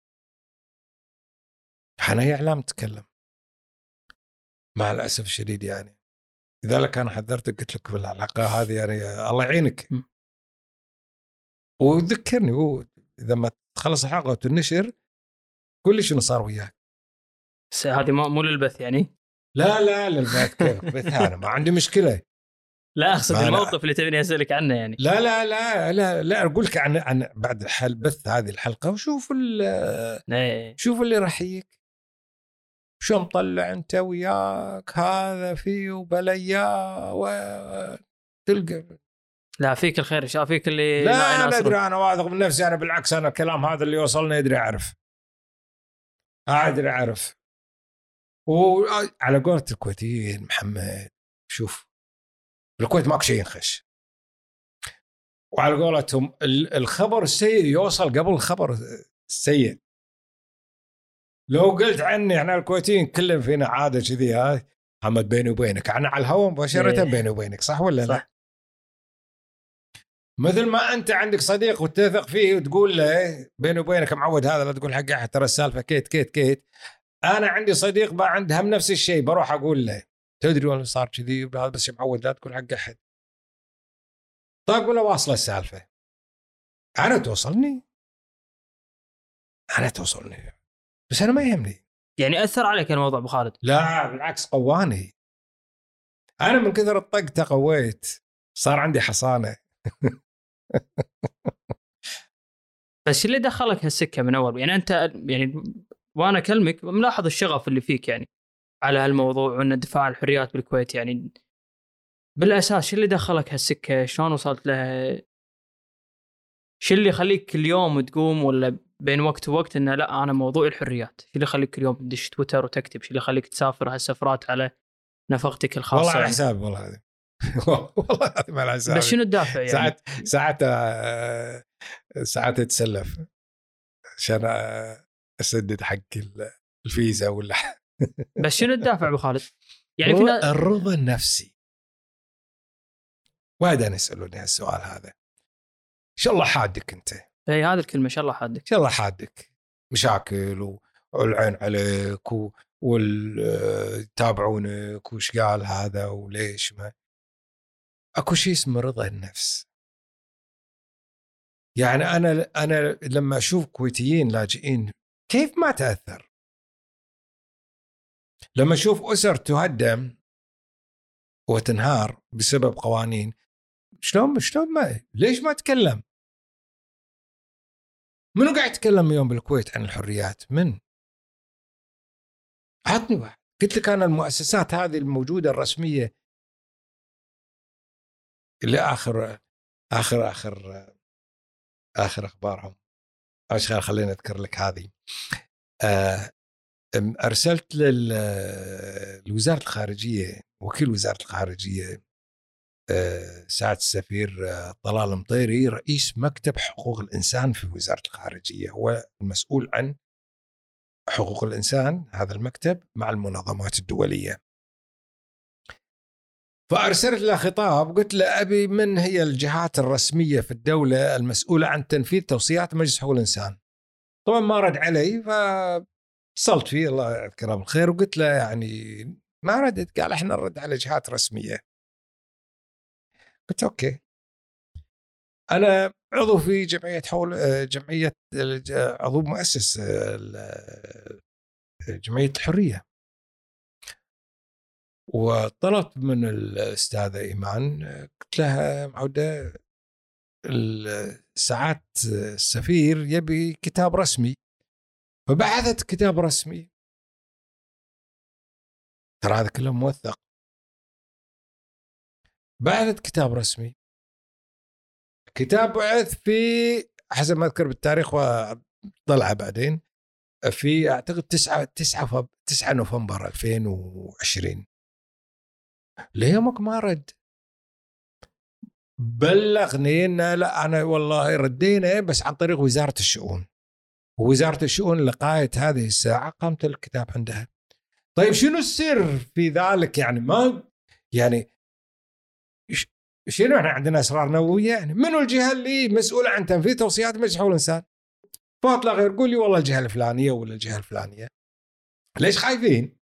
Speaker 1: احنا اي اعلام نتكلم مع الاسف الشديد يعني. لذلك انا حذرتك قلت لك في الحلقه هذه يعني الله يعينك. وذكرني اذا ما تخلص الحلقه وتنشر قول لي شنو صار وياك.
Speaker 2: هذه مو للبث يعني؟
Speaker 1: لا للبث كيف بث؟ انا ما عندي مشكله.
Speaker 2: لا اقصد الموقف اللي تبيني اسالك عنه يعني.
Speaker 1: لا اقول لك عن بعد بث هذه الحلقه وشوف شوف اللي راح يجيك شو مطلع انت وياك هذا فيه وبليا وتلقى.
Speaker 2: لا فيك الخير، فيك اللي
Speaker 1: لا ادري، انا واثق من نفسي. انا بالعكس انا الكلام هذا اللي وصلنا ادري اعرف وعلى قولة الكويتيين محمد، شوف الكويت ماكو شيء ينخش، وعلى قولتهم الخبر السيء يوصل قبل الخبر السيء. لو قلت عني احنا الكويتيين كلهم فينا عاده كذي، هاي محمد بيني وبينك انا على الهواء مباشره بيني وبينك، صح ولا لا؟ مثل ما انت عندك صديق وتثق فيه وتقول له بيني وبينك معود هذا لا تقول حق احد ترى السالفه كيت. انا عندي صديق ما عنده هم نفس الشيء بروح اقول له تدري ولا صار كذي بس معود لا تقول حق احد. طيب ولا واصله السالفه؟ انا توصلني بس انا ما يهمني.
Speaker 2: يعني اثر عليك الموضوع ابو خالد؟
Speaker 1: لا بالعكس قواني. انا من كثر الطق تقويت صار عندي حصانه.
Speaker 2: بس اللي دخلك هالسكه من اول يعني انت يعني وانا اكلمك ملاحظ الشغف اللي فيك يعني على هالموضوع وان دفاع الحريات بالكويت يعني بالاساس. شو اللي دخلك هالسكه؟ شلون وصلت لها؟ شو اللي يخليك كل يوم تقوم ولا بين وقت ووقت انه لا انا موضوع الحريات؟ شو اللي يخليك كل يوم تدش تويتر وتكتب؟ شو اللي يخليك تسافر هالسفرات على نفقتك الخاصه؟
Speaker 1: والله على حسابي والله هذه والله ما على حسابي.
Speaker 2: بس شنو الدافع يعني؟
Speaker 1: ساعات اتسلف عشان اسدد حق الفيزا ولا
Speaker 2: بس شنو الدافع ابو خالد؟ يعني
Speaker 1: الرضا النفسي. وايد انا يسالوني هالسؤال هذا، ان شاء الله حادك انت.
Speaker 2: اي هذه الكلمه ان شاء الله حادك.
Speaker 1: ان شاء الله حادك مشاكل والعين عليك والتابعونك وش قال هذا وليش ما اكو شيء اسمه رضا النفس. يعني انا لما اشوف كويتيين لاجئين كيف ما تاثر، لما اشوف اسر تهدم وتنهار بسبب قوانين شلون ما ليش ما تكلم؟ منو قاعد يتكلم اليوم بالكويت عن الحريات؟ من؟ عطني واحد. قلت لك أنا المؤسسات هذه الموجودة الرسمية اللي آخر أخبارهم، خلينا أذكر لك هذه. أرسلت لوزارة الخارجية، وكيل وزارة الخارجية سعادة السفير طلال مطيري، رئيس مكتب حقوق الإنسان في وزارة الخارجية، هو المسؤول عن حقوق الإنسان هذا المكتب مع المنظمات الدولية. فأرسلت له خطاب، قلت له أبي من هي الجهات الرسمية في الدولة المسؤولة عن تنفيذ توصيات مجلس حقوق الإنسان. طبعا ما رد علي، فاتصلت فيه الله يذكره بالخير وقلت له يعني ما ردت. قال احنا نرد على جهات رسمية. قلت اوكي. انا عضو في جمعية عضو مؤسس جمعية الحرية، وطلبت من الأستاذة إيمان، قلت لها معودة ساعات السفير يبي كتاب رسمي، فبعثت كتاب رسمي، ترى هذا كله موثق. بعثت كتاب رسمي، كتاب بعث في حسب ما أذكر بالتاريخ وطلع بعدين في أعتقد 9 نوفمبر 2020. ليومك ما رد. بلغني إن لا أنا والله ردينا بس عن طريق وزارة الشؤون، ووزارة الشؤون لغاية هذه الساعة قامت الكتاب عندها. طيب شنو السر في ذلك؟ يعني ما يعني شنو، احنا عندنا أسرار نووية يعني؟ منو الجهة اللي مسؤولة عن تنفيذ توصيات مجلس حقوق الإنسان؟ فاطلع غير قول لي والله الجهة الفلانية ولا الجهة الفلانية. ليش خايفين؟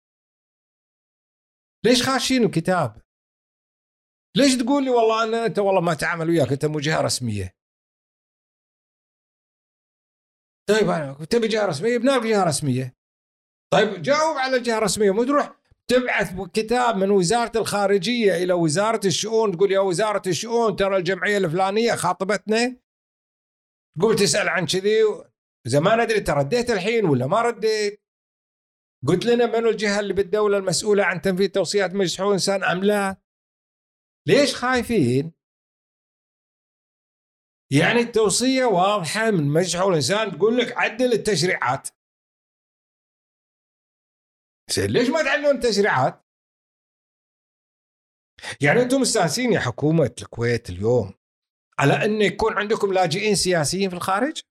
Speaker 1: ليش خاشين الكتاب؟ ليش تقول لي والله أنت والله ما تعامل وياك، أنت مو جهة رسمية؟ طيب أنا تبي جهة رسمية، بناك جهة رسمية. طيب جاوب على الجهة الرسمية، مو تروح تبعث كتاب من وزارة الخارجية إلى وزارة الشؤون تقول يا وزارة الشؤون ترى الجمعية الفلانية خاطبتنا، تقول تسأل عن كذي. إذا ما ندري ترديت الحين ولا ما رديت، قلت لنا منو الجهة اللي بالدولة المسؤولة عن تنفيذ توصيات مجلس حقوق الإنسان أم لا؟ ليش خايفين؟ يعني التوصية واضحة من مجلس حقوق الإنسان تقول لك عدل التشريعات. ليش ما تعدلون التشريعات؟ يعني أنتم مستانسين يا حكومة الكويت اليوم على أن يكون عندكم لاجئين سياسيين في الخارج؟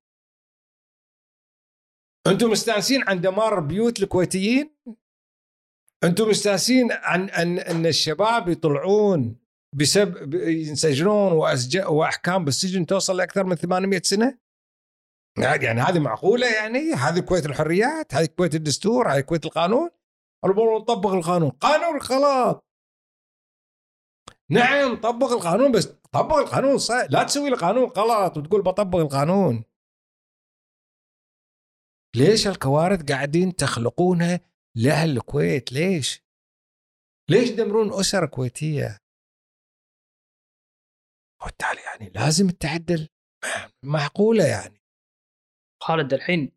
Speaker 1: أنتم مستانسين عن دمار بيوت الكويتيين؟ أنتم مستانسين عن أن الشباب يطلعون بسبب ينسجنون وأحكام بالسجن توصل لأكثر من 800 سنة؟ يعني هذه معقولة؟ يعني هذه كويت الحريات، هذه كويت الدستور، هذه كويت القانون. نطبق القانون، قانون خلاص. نعم طبق القانون، بس طبق القانون صح، لا تسوي القانون غلط وتقول بطبق القانون. ليش الكوارث قاعدين تخلقونها لأهل الكويت؟ ليش دمرون أسر كويتية؟ وبالتالي يعني لازم التعدل، معقولة يعني.
Speaker 2: خالد الحين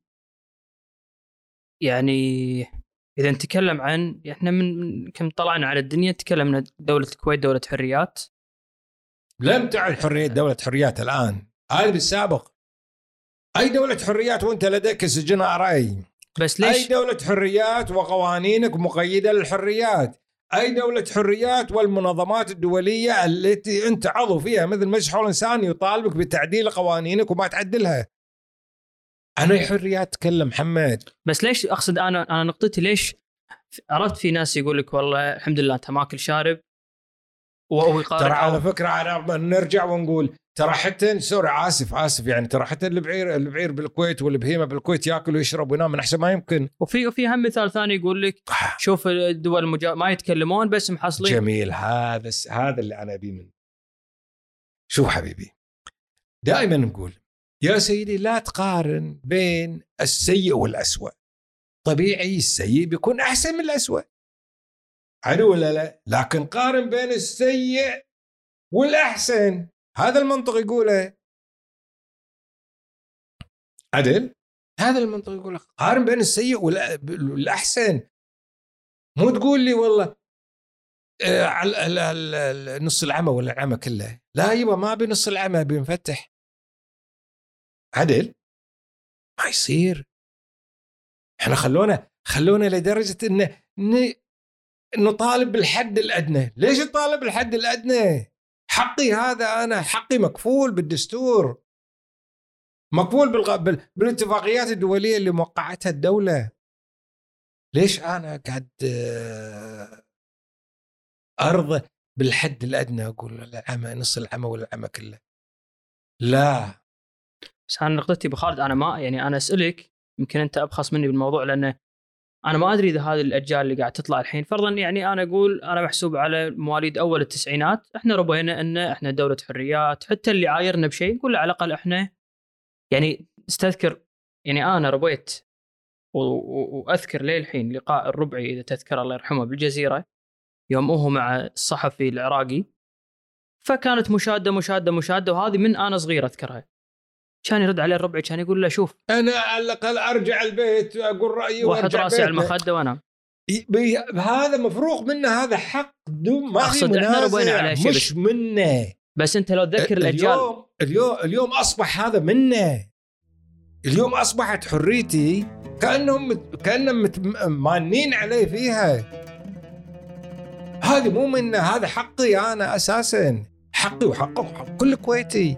Speaker 2: يعني إذا نتكلم عن إحنا من كم طلعنا على الدنيا تكلمنا دولة الكويت دولة حريات،
Speaker 1: لم تعد حرية دولة حريات الآن، هذا بالسابق. أي دولة حريات وأنت لديك سجناء رأي؟
Speaker 2: بس ليش؟
Speaker 1: أي دولة حريات وقوانينك مقيدة للحريات؟ أي دولة حريات والمنظمات الدولية التي أنت عضو فيها مثل مجلس حقوق الإنسان يطالبك بتعديل قوانينك وما تعدلها. أنا حريات تكلم محمد.
Speaker 2: بس ليش أقصد أنا نقطتي ليش عرفت في ناس يقول لك والله الحمد لله أنت ماكل شارب
Speaker 1: ترى على فكرة أنا نرجع ونقول ترى حتى سوري آسف يعني ترى حتى البعير بالكويت والبهيمة بالكويت يأكل ويشرب وينام من أحسن ما يمكن.
Speaker 2: وفي هم مثال ثاني يقول لك شوف الدول ما يتكلمون بس محصلين.
Speaker 1: جميل، هذا اللي أنا أبي منه. شوف حبيبي، دائما نقول يا سيدي لا تقارن بين السيء والأسوأ. طبيعي السيء بيكون أحسن من الأسوأ، عدو ولا لا؟ لكن قارن بين السيء والأحسن. هذا المنطق يقوله عدل، هذا المنطق يقوله قارن بين السيء والأحسن. مو تقول لي والله على نص العمى ولا العمى كله، لا يبا ما بنص العمى بنفتح عدل، ما يصير. احنا خلونا لدرجة إن نطالب بالحد الأدنى. ليش نطالب بالحد الأدنى؟ حقي هذا، أنا حقي مكفول بالدستور، مكفول بالاتفاقيات الدولية اللي موقعتها الدولة. ليش أنا قاعد أرضى بالحد الأدنى أقول العمى نص العمى ولا العمى كله؟ لا.
Speaker 2: بس أنا نقطتي بخالد، أنا ما يعني أنا أسألك يمكن أنت أبخص مني بالموضوع، لأنه أنا ما أدري إذا هذه الأجيال اللي قاعد تطلع الحين فرضاً، يعني أنا أقول أنا محسوب على مواليد أول التسعينات، إحنا ربينا أن إحنا دولة حريات، حتى اللي عايرنا بشيء نقول على الأقل إحنا يعني استذكر، يعني أنا ربيت وأذكر ليه الحين لقاء الربعي إذا تذكر الله يرحمه بالجزيرة يوم هو مع الصحفي العراقي، فكانت مشادة، وهذه من أنا صغير أذكرها. كان يرد عليه الربعي كان يقول له شوف
Speaker 1: أنا على الأقل أرجع البيت أقول رأيي
Speaker 2: وأحط راسي على المخدة وأنام.
Speaker 1: هذا مفروغ منه، هذا حق بدون ما في
Speaker 2: منازع، احنا ربينا على شيء
Speaker 1: مش منه.
Speaker 2: بس انت لو تذكر الاجيال
Speaker 1: اليوم اصبح هذا منه. اليوم اصبحت حريتي كانهم مانين عليه فيها. هذه مو منه، هذا حقي انا اساسا، حقي وحق كل كويتي،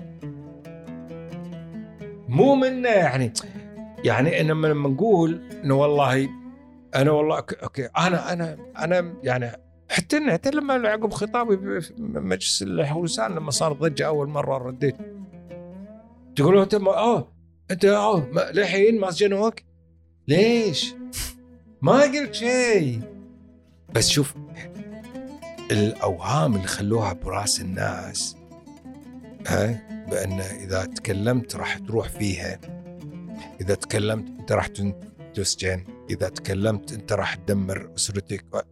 Speaker 1: مو منه. يعني لما نقول انه والله انا والله اوكي انا يعني حتى لما عقب خطابي في مجلس الحوسان لما صار ضجه اول مره رديت، تقولوا انت للحين ما سجنوك ليش؟ ما قلت شيء. بس شوف الاوهام اللي خلوها براس الناس، بان اذا تكلمت راح تروح فيها، اذا تكلمت انت راح تسجن، إذا تكلمت أنت راح تدمر أسرتك.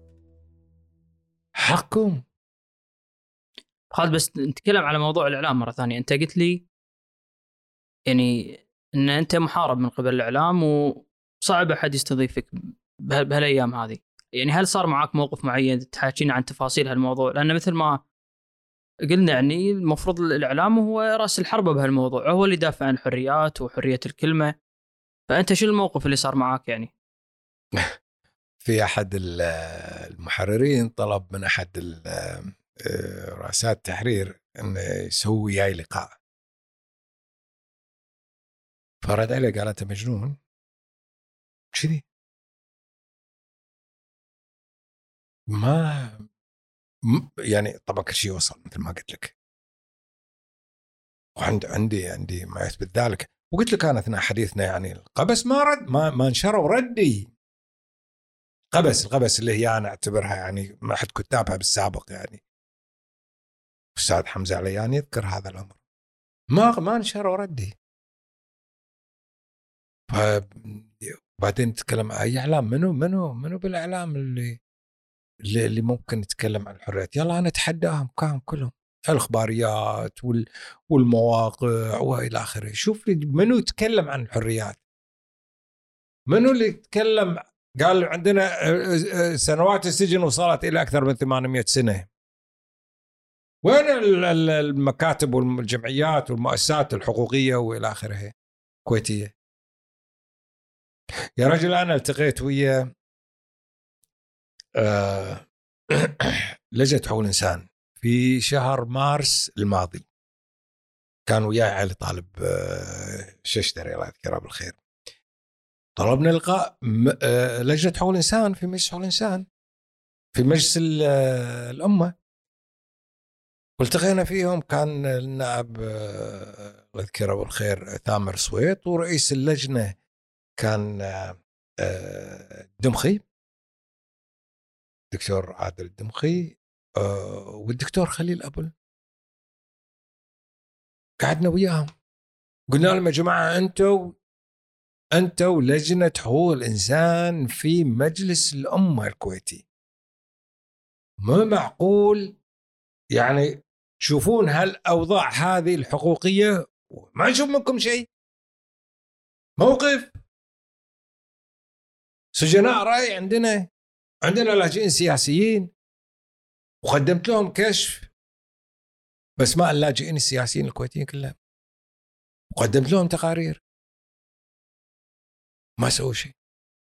Speaker 1: حقكم.
Speaker 2: خالد بس نتكلم على موضوع الإعلام مرة ثانية. أنت قلت لي يعني أن أنت محارب من قبل الإعلام وصعب أحد يستضيفك بهالأيام هذه، يعني هل صار معك موقف معين تحاكينا عن تفاصيل هالموضوع؟ لأن مثل ما قلنا يعني المفروض الإعلام هو رأس الحربة بهالموضوع، هو اللي يدافع عن الحريات وحرية الكلمة، فأنت شو الموقف اللي صار معك يعني؟
Speaker 1: في أحد المحررين طلب من أحد رؤساء التحرير أنه يسوي وياي لقاء، فرد عليه قال أنت مجنون كذي، ما يعني طبعا كل شيء وصل مثل ما قلت لك، وعندي ما يثبت ذلك. وقلت لك أنا أثناء حديثنا يعني القبس ما رد، ما انشروا ردي. القبس اللي هي أنا أعتبرها يعني ما أحد كتابها بالسابق، يعني أستاذ حمزة علياني يذكر هذا الأمر، ما انشروا ردي. وبعدين نتكلم أي إعلام، منو بالإعلام اللي ممكن نتكلم عن الحريات؟ يلا أنا أتحداهم كلهم، الإخباريات والمواقع وإلى آخره. شوف لي منو يتكلم عن الحريات، منو اللي يتكلم قال عندنا سنوات السجن وصلت إلى أكثر من 800 سنة. وين المكاتب والجمعيات والمؤسسات الحقوقية وإلى آخره كويتية؟ يا رجل أنا التقيت ويا لجنة حقوق الإنسان في شهر مارس الماضي، كان وياي علي طالب ششتري الله يذكره بالخير. طلبنا لقاء لجنة حقوق الإنسان في مجلس حقوق الإنسان في مجلس الأمة، والتقينا فيهم. كان النائب الله يذكره بالخير ثامر سويط، ورئيس اللجنة كان الدمخي دكتور عادل الدمخي، والدكتور خليل أبل. قعدنا وياهم قلنا لهم يا جماعة أنتوا لجنة حقوق الإنسان في مجلس الأمة الكويتي، ما معقول يعني تشوفون هالأوضاع هذه الحقوقية ما نشوف منكم شيء. موقف سجناء رأي عندنا لاجئين سياسيين وقدمت لهم كشف باسماء اللاجئين السياسيين الكويتيين كلهم، وقدمت لهم تقارير، ما سووا شيء،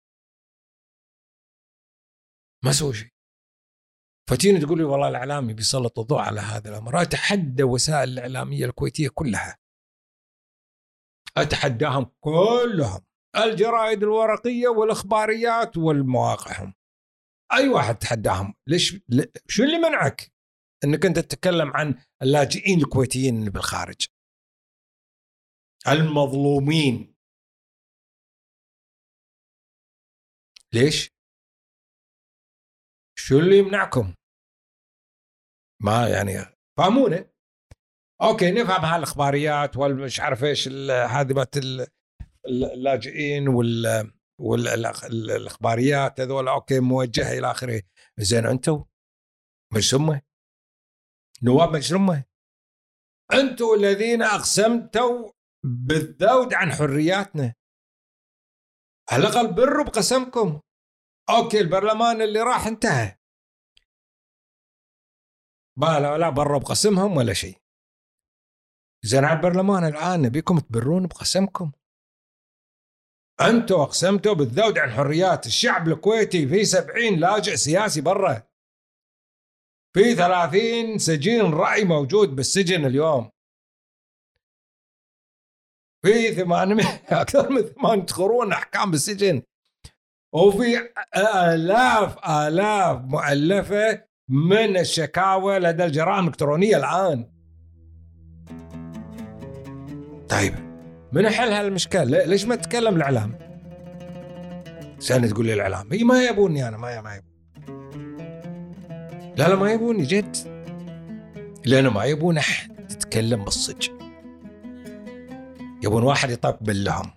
Speaker 1: ما سووا شيء. فتيني تقول لي والله الإعلامي بيسلط الضوء على هذا الأمر. أتحدى وسائل الإعلامية الكويتية كلها، أتحداهم كلهم، الجرائد الورقية والإخباريات والمواقعهم، أي واحد تحداهم. ليش؟ شو اللي منعك أنك أنت تتكلم عن اللاجئين الكويتيين اللي بالخارج المظلومين؟ ليش؟ شو اللي يمنعكم؟ ما يعني فهمونا. اوكي نفهم هالاخباريات والمش عارف ايش هذه بات اللاجئين والاخباريات هذول اوكي موجهه الى اخره. زين انتم مجلس امه، نواب مجلس امه، انتم الذين اقسمتوا بالذود عن حرياتنا، على الاقل بروا بقسمكم. اوكي البرلمان اللي راح انتهى، لا بروا بقسمهم ولا شيء. زين على البرلمان الآن نبيكم تبرون بقسمكم. أنتوا أقسمتوا بالذود عن حريات الشعب الكويتي. في 70 لاجئ سياسي برا، في 30 سجين رأي موجود بالسجن اليوم، في 800 أكثر من 8 قرون أحكام بالسجن، وفي آلاف مؤلفة من الشكاوى لدى الجرائم الإلكترونية الآن. طيب من حل هالمشكلة؟ ليش ما تتكلم الإعلام؟ سألني تقول لي الإعلام هي ما يبوني أنا، ما يبون. لا ما يبوني جد، لأنه ما يبون أحد تتكلم بالصدق، يبون واحد يطبل لهم.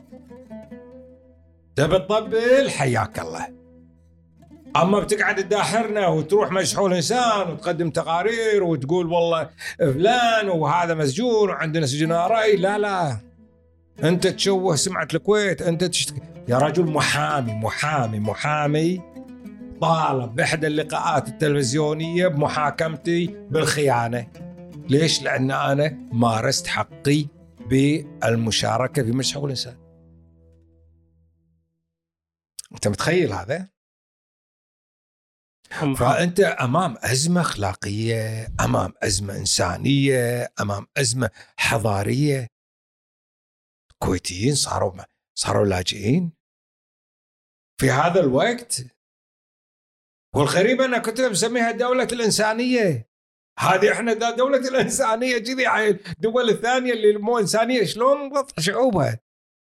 Speaker 1: تبي تطبل حياك الله، أما بتقعد تداحرنا وتروح مشحول إنسان وتقدم تقارير وتقول والله فلان وهذا مسجون وعندنا سجناء رأي، لا أنت تشوه سمعة الكويت. أنت يا رجل محامي طالب بإحدى اللقاءات التلفزيونية بمحاكمتي بالخيانة. ليش؟ لأن أنا مارست حقي بالمشاركة في مجلس حقوق الإنسان. أنت متخيل هذا؟ فأنت أمام أزمة أخلاقية، أمام أزمة إنسانية، أمام أزمة حضارية. الكويتيين صاروا لاجئين في هذا الوقت. والغريب أنا كنت مسميها دولة الإنسانية. هذه إحنا دولة الإنسانية كذي، عين الدول الثانية اللي مو إنسانية شلون وضع شعوبها؟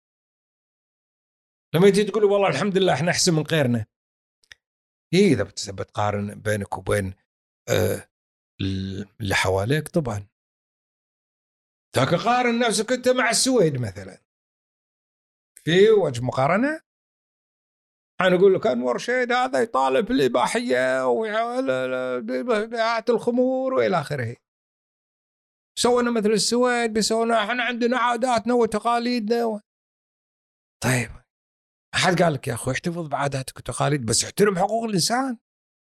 Speaker 1: لما تيجي تقول والله الحمد لله إحنا أحسن من غيرنا. إذا بتقارن بينك وبين اللي حواليك طبعا تاك قارن نفسك أنت مع السويد مثلا، في وجه مقارنة. أنا أقول لك أنور شيد هذا يطالب بالإباحية وبيعات الخمور وإلى آخره. سوينا مثل السويد، بيسوينا إحنا عندنا عاداتنا وتقاليدنا طيب أحد قال لك يا أخوي احتفظ بعاداتك وتقاليد، بس احترم حقوق الإنسان،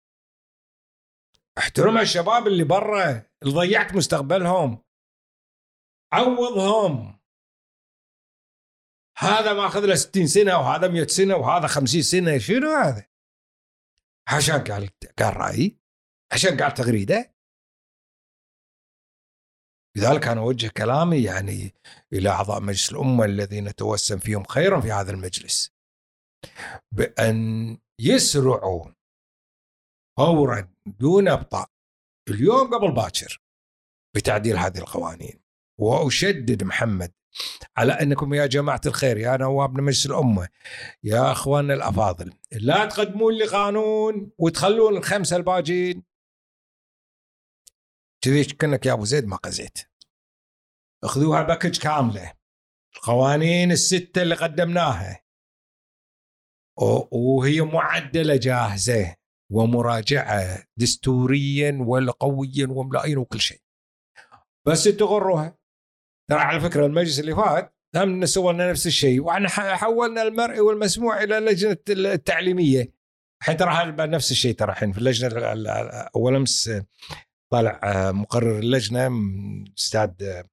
Speaker 1: احترم الشباب اللي برا اللي ضيعت مستقبلهم، عوضهم. هذا ما أخذ له 60 سنة وهذا 100 سنة وهذا 50 سنة، شنو هذا؟ عشان قال رأي، عشان قال تغريدة. لذلك أنا أوجه كلامي يعني إلى أعضاء مجلس الأمة الذين نتوسم فيهم خيرا في هذا المجلس، بأن يسرعوا فورا دون إبطاء اليوم قبل باكر بتعديل هذه القوانين. وأشدد محمد على أنكم يا جماعة الخير، يا نواب مجلس الأمة، يا أخواننا الأفاضل، لا تقدمون لي قانون وتخلون الخمسة الباجين كذي كأنك يا أبو زيد ما قزيت. اخذوها باكج كاملة، القوانين الستة اللي قدمناها وهي معدلة جاهزة ومراجعة دستوريا وقويا وملائيا وكل شيء. بس تغروها. ترى على فكرة المجلس اللي فات هم سوى لنا نفس الشيء، وإحنا حولنا المرئي والمسموع إلى لجنة التعليمية. الحين ترى نفس الشيء، ترى الحين في اللجنة أول أمس طالع مقرر اللجنة أستاذ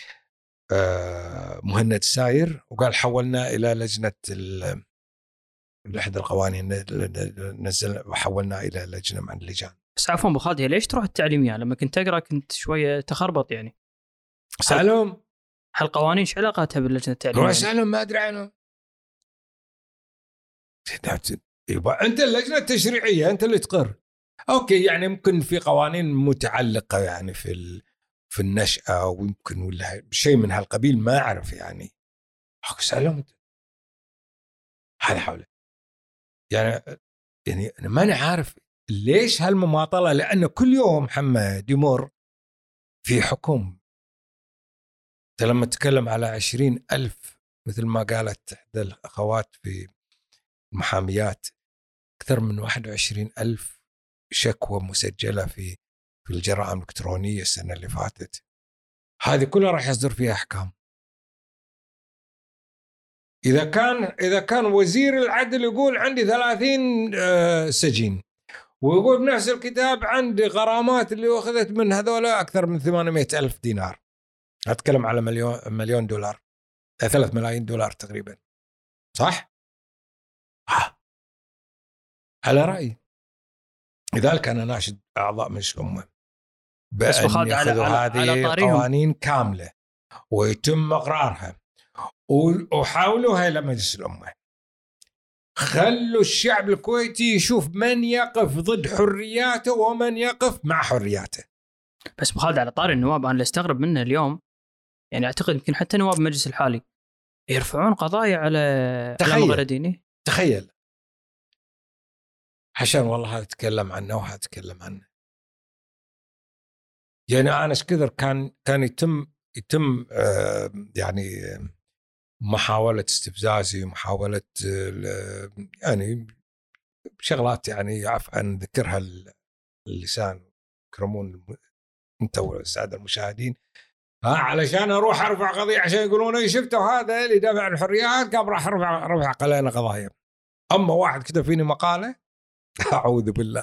Speaker 1: مهند الساير، وقال حولنا إلى لجنة لحد القوانين، نزل وحولنا إلى لجنة مع اللجان.
Speaker 2: بس عفوا أبو خالد، ليش تروح التعليمية؟ لما كنت أقرأ كنت شوية تخربط يعني.
Speaker 1: سألهم
Speaker 2: هالقوانين ايش علاقتها باللجنة التعليمية؟
Speaker 1: روح سألهم، ما أدري عنهم. يبقى أنت اللجنة التشريعية، أنت اللي تقر. أوكي، يعني ممكن في قوانين متعلقة يعني في النشأة، ويمكن ولا شيء من هالقبيل، ما أعرف يعني. سألهم هذا حوله يعني أنا ماني عارف ليش هالمماطلة، لأن كل يوم محمد يمر في حكم. لما تكلم على 20,000 مثل ما قالت إحدى الأخوات في المحاميات، أكثر من 21,000 شكوى مسجلة في الجرائم الإلكترونية السنة اللي فاتت. هذه كلها راح يصدر فيها أحكام. إذا كان وزير العدل يقول عندي 30 سجين، ويقول بنفس الكتاب عندي غرامات اللي أخذت من هذولا أكثر من 800,000 دينار، أتكلم على مليون دولار، 3 ملايين دولار تقريبا، صح؟ على رأيي. لذلك أنا ناشد أعضاء مجلس الأمة بأن يأخذوا هذه قوانين كاملة ويتم إقرارها، وحاولوها إلى مجلس الأمة. خلوا الشعب الكويتي يشوف من يقف ضد حرياته ومن يقف مع حرياته.
Speaker 2: بس بخالد، على طاري النواب، أنا اللي استغرب منه اليوم يعني، أعتقد يمكن حتى نواب المجلس الحالي يرفعون قضايا على مغرديني.
Speaker 1: تخيل عشان والله هذا تكلم عنه وهذا تكلم عنه. يعني أنا ايش كثر كان يتم يعني محاولة استفزازي، محاولة يعني شغلات يعني عفوا ذكرها اللسان، يكرمون انت والسادة المشاهدين، علشان اروح ارفع قضيه عشان يقولون اي شفتوا هذا اللي يدافع عن الحريات قام راح رفع علينا قضايا. اما واحد كتب فيني مقاله اعوذ بالله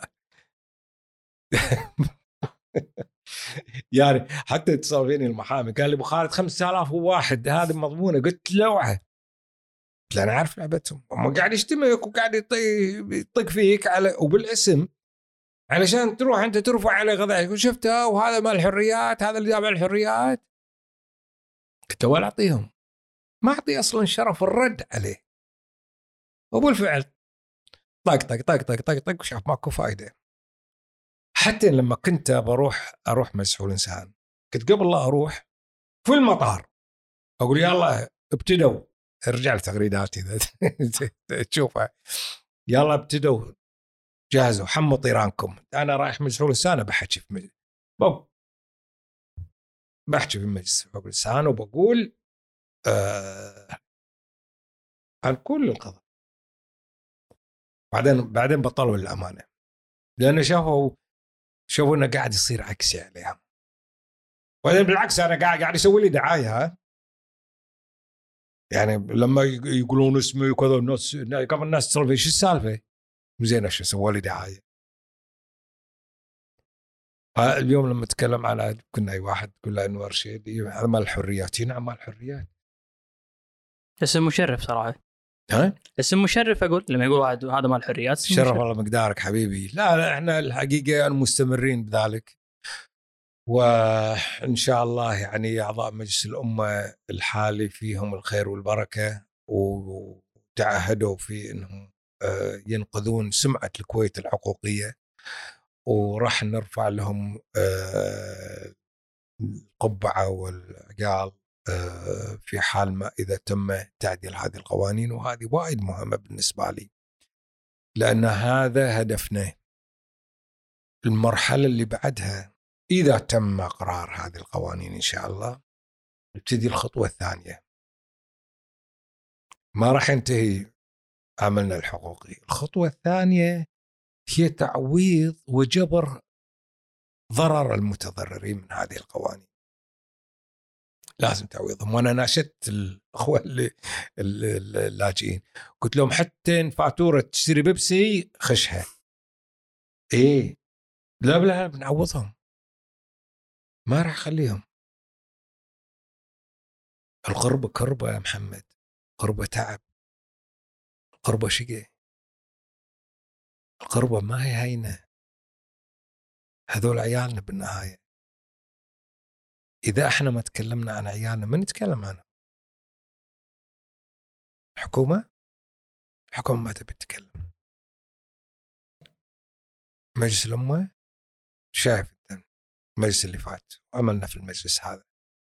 Speaker 1: يعني حتى اتصل فيني المحامي قال لي ابو خالد 5,001 هذا مضمونه. قلت لوعه، لا انا عارف لعبتهم، هم قاعد يشتمك وقاعد يطق فيك على وبالاسم علشان تروح انت ترفع عليه قضايا، يقول شفتها وهذا مال الحريات، هذا اللي يدافع عن الحريات. كنت ولا اعطيهم، ما اعطي اصلا شرف الرد عليه، وبالفعل طق طق طق طق طق طق وشاف ماكو فايده. حتى لما كنت اروح مسحول انسان، كنت قبل لا اروح في المطار اقول يلا ابتدوا، ارجع لتغريداتي اذا تشوفها، يلا ابتدوا جهزوا حموا طيرانكم، انا رايح مسحول انسان بحكي في مجلس، بحكي في مجلس حقوق الانسان وبقول عن كل القضايا. بعدين بطلوا الامانه، لان شافوا انه قاعد يصير عكسي عليهم. وبعدين بالعكس انا قاعد يسوي لي دعايه، يعني لما يقولون اسمي وكذا الناس قبل الناس تصل في شو السالفه، زين ايش سووا لي دعايه. اليوم لما اتكلم على كنا اي واحد يقول له انور شيدي هذا مال الحريات، نعم مال الحريات،
Speaker 2: اسم مشرف صراحه.
Speaker 1: ها
Speaker 2: اسم مشرف اقول لما يقول واحد هذا مال الحريات،
Speaker 1: شرف الله مقدارك حبيبي. لا احنا الحقيقه مستمرين بذلك، وإن شاء الله يعني أعضاء مجلس الأمة الحالي فيهم الخير والبركة، وتعهدوا في أنهم ينقذون سمعة الكويت الحقوقية، وراح نرفع لهم القبعة والعقال في حال ما إذا تم تعديل هذه القوانين. وهذه وايد مهمة بالنسبة لي، لأن هذا هدفنا. المرحلة اللي بعدها إذا تم إقرار هذه القوانين إن شاء الله نبتدي الخطوة الثانية. ما راح ينتهي عملنا الحقوقي، الخطوة الثانية هي تعويض وجبر ضرر المتضررين من هذه القوانين. لازم تعويضهم. وانا ناشدت الاخوه اللاجئين قلت لهم حتى فاتوره تشتري بيبسي خشها. ايه لا بنعوضهم، ما راح اخليهم. الغربه كربه يا محمد، الغربه تعب، الغربه شقي، الغربه ما هي هينه. هذول عيالنا بالنهايه. اذا احنا ما تكلمنا عن عيالنا من نتكلم عنهم؟ الحكومه ما تبي تتكلم. مجلس الامه شايف المجلس اللي فات عملنا في المجلس هذا،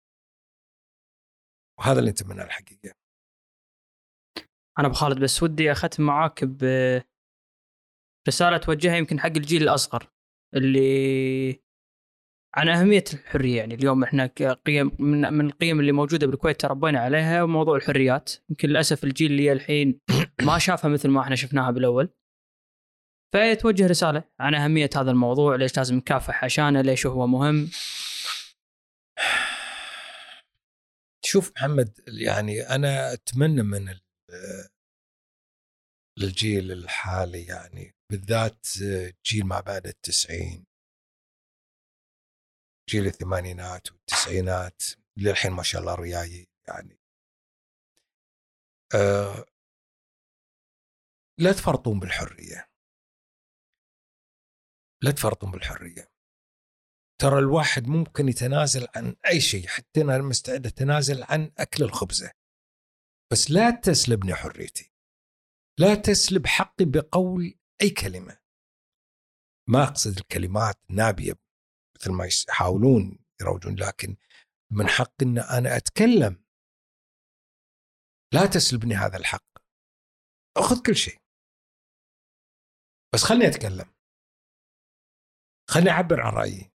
Speaker 1: وهذا اللي نتمنى الحقيقه.
Speaker 2: انا بخالد بس ودي اختم معاك برساله توجهها يمكن حق الجيل الاصغر اللي عن اهميه الحريه. يعني اليوم احنا قيم من القيم اللي موجوده بالكويت تربينا عليها وموضوع الحريات. يمكن للاسف الجيل اللي الحين ما شافها مثل ما احنا شفناها بالاول. فيتوجه رساله عن اهميه هذا الموضوع، ليش لازم نكافح عشانه، ليش هو مهم.
Speaker 1: شوف محمد، يعني أنا أتمنى من الجيل الحالي، يعني بالذات جيل ما بعد 90، جيل الثمانينات والتسعينات اللي الحين ما شاء الله رياي، يعني لا تفرطون بالحرية، لا تفرطون بالحرية. ترى الواحد ممكن يتنازل عن أي شيء، حتى أنا مستعد أتنازل عن أكل الخبزة، بس لا تسلبني حريتي، لا تسلب حقي بقول أي كلمة. ما أقصد الكلمات نابية مثل ما يحاولون يروجون، لكن من حق أن أنا أتكلم. لا تسلبني هذا الحق، أخذ كل شيء بس خلني أتكلم، خلني أعبر عن رأيي.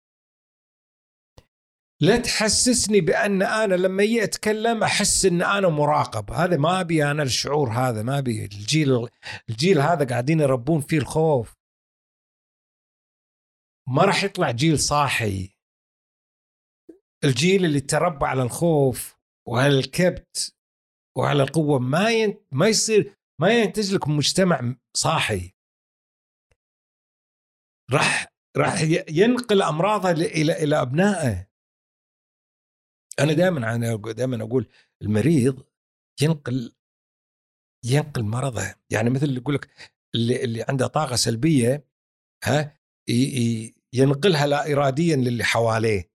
Speaker 1: لا تحسسني بأن أنا لما يجي أتكلم أحس أن أنا مراقب. هذا ما أبي أنا، الشعور هذا ما أبي. الجيل هذا قاعدين يربون فيه الخوف، ما راح يطلع جيل صاحي. الجيل اللي تربى على الخوف وعلى الكبت وعلى القوة ما يصير، ما ينتج لك مجتمع صاحي. راح ينقل أمراضه إلى أبنائه. أنا دائما أقول المريض ينقل مرضه. يعني مثل اللي يقول لك اللي عنده طاقة سلبية ينقلها لا إراديا للي حواليه،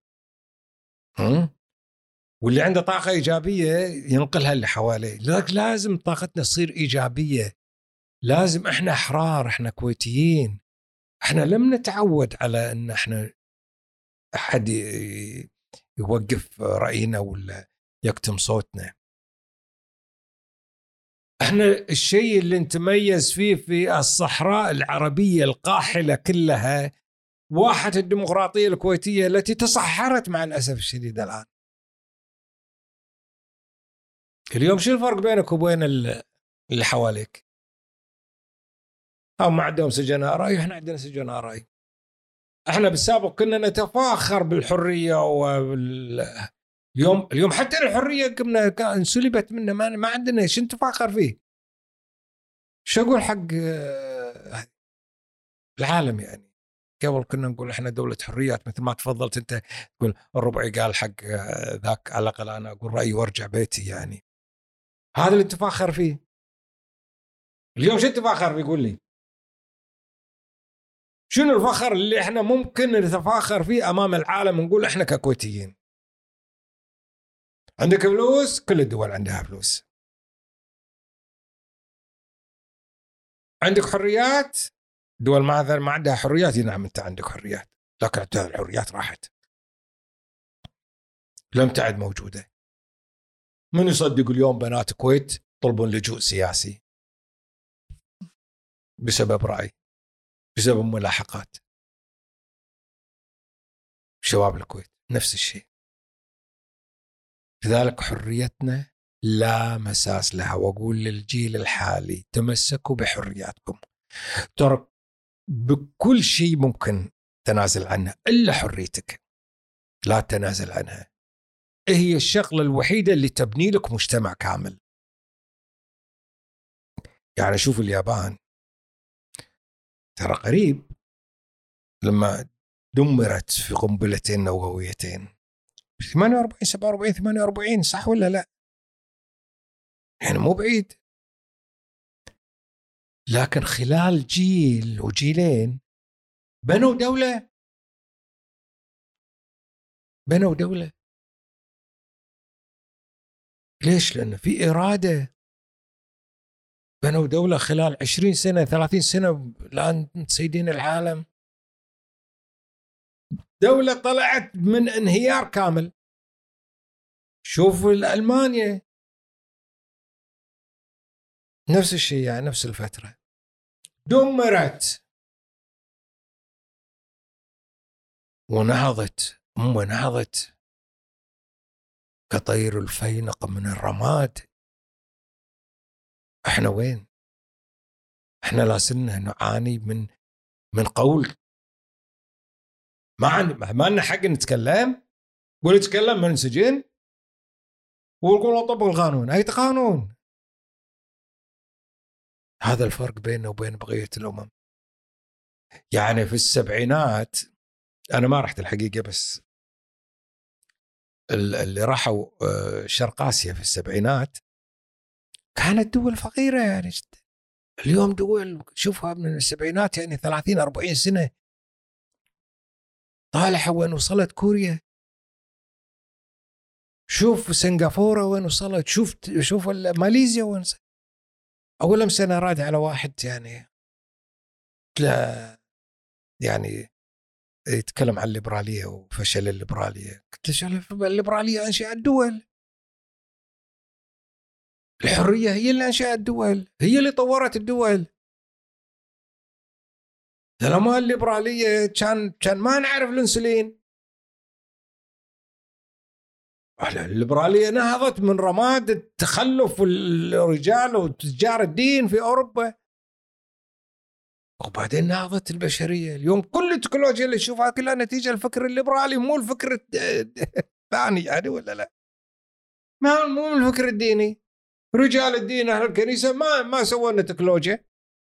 Speaker 1: واللي عنده طاقة إيجابية ينقلها اللي حواليه. لذلك لازم طاقتنا تصير إيجابية. لازم إحنا أحرار، إحنا كويتيين، إحنا لم نتعود على أن إحنا أحد يوقف رأينا ولا يكتم صوتنا. إحنا الشيء اللي نتميز فيه في الصحراء العربية القاحلة كلها واحة الديمقراطية الكويتية التي تصحرت مع الأسف الشديد الآن. اليوم شو الفرق بينك وبين اللي حواليك؟ هم عندهم سجناء رأي، احنا عندنا سجناء رأي. احنا بالسابق كنا نتفاخر بالحرية اليوم حتى الحرية قمنا انسلبت منا، ما عندنا شيء نتفاخر فيه. شو اقول حق العالم؟ يعني قبل كنا نقول احنا دولة حريات مثل ما تفضلت انت، تقول الربعي قال حق ذاك، على الاقل انا اقول رأيي وارجع بيتي. يعني هذا اللي نتفاخر فيه. اليوم شو نتفاخر فيه؟ يقول لي شنو الفخر اللي احنا ممكن نتفاخر فيه امام العالم ونقول احنا ككويتيين؟ عندك فلوس، كل الدول عندها فلوس. عندك حريات، دول ما عندها حريات. نعم انت عندك حريات، لكن الحريات راحت، لم تعد موجودة. من يصدق اليوم بنات الكويت طلبوا لجوء سياسي بسبب رأي، بسبب ملاحقات؟ شباب الكويت نفس الشيء. لذلك حريتنا لا مساس لها. وأقول للجيل الحالي تمسكوا بحرياتكم. ترى بكل شيء ممكن تنازل عنها إلا حريتك، لا تنازل عنها. هي الشغلة الوحيدة اللي تبني لك مجتمع كامل. يعني شوف اليابان ترى قريب لما دمرت في قنبلتين نوويتين 48 47 48، صح ولا لا؟ يعني مو بعيد، لكن خلال جيل وجيلين بنوا دولة. بنوا دولة ليش؟ لأن في إرادة. بنوا دولة خلال 20 سنة 30 سنة الآن مسيدين العالم. دولة طلعت من انهيار كامل. شوف ألمانيا نفس الشيء، يعني نفس الفترة دمرت ونهضت كطير الفينق من الرماد. احنا وين؟ احنا لازلنا نعاني من قول. ما لنا حق نتكلم، ونتكلم من سجن ونقول طبق القانون. اي قانون؟ هذا الفرق بيننا وبين بقية الأمم. يعني في السبعينات، أنا ما رحت الحقيقة، بس اللي راحوا شرق آسيا في السبعينات كانت دول فقيرة يعني جدا. اليوم دول شوفها من السبعينات يعني 30-40 سنة طالعة وين وصلت كوريا. شوف سنغافورة وين وصلت. شوف ماليزيا وين وصلت. أول أمس أنا راد على واحد يعني لا يعني يتكلم عن الليبرالية وفشل الليبرالية. قلت له الليبرالية أنشأت الدول، الحرية هي اللي أنشأت الدول، هي اللي طورت الدول. لما الليبرالية كان ما نعرف الانسولين. الليبرالية نهضت من رماد التخلف الرجال وتجار الدين في أوروبا، وبعدين نهضت البشرية. اليوم كل التكنولوجيا اللي تشوفها كلها نتيجة الفكر الليبرالي، مو الفكر الثاني يعني، ولا لا؟ مو الفكر الديني. رجال الدين أهل الكنيسة ما سووا لنا تكنولوجيا.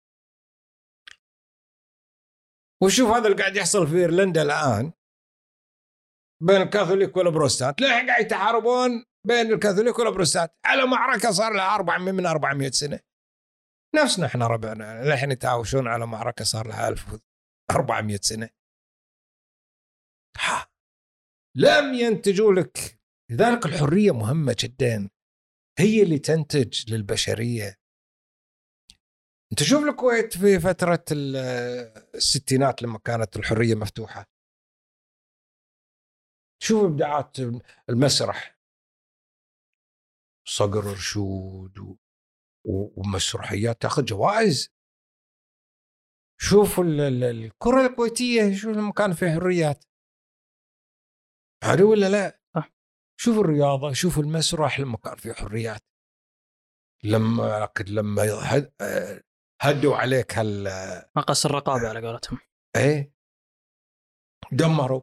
Speaker 1: وشوف هذا اللي قاعد يحصل في إيرلندا الآن بين الكاثوليك والبروتستانت. ليه قاعد يتحاربون بين الكاثوليك والبروتستانت على معركة صار لها 400 سنة؟ نفسنا احنا ربعنا الحين يتعاوشون على معركة صار لها 1400 سنة. لم ينتجوا لك. لذلك الحرية مهمة جدا، هي اللي تنتج للبشرية. انت شوف الكويت في فترة الستينات لما كانت الحرية مفتوحة، شوف ابداعات المسرح، صقر رشود ومسرحيات تاخذ جوائز. شوف الكرة الكويتية، شوف لما كان في حريات هذا ولا لا؟ شوف الرياضة، شوف المسرح لما كان في حريات. لما هدوا عليك
Speaker 2: مقص الرقابة على قولتهم.
Speaker 1: ايه دمروا.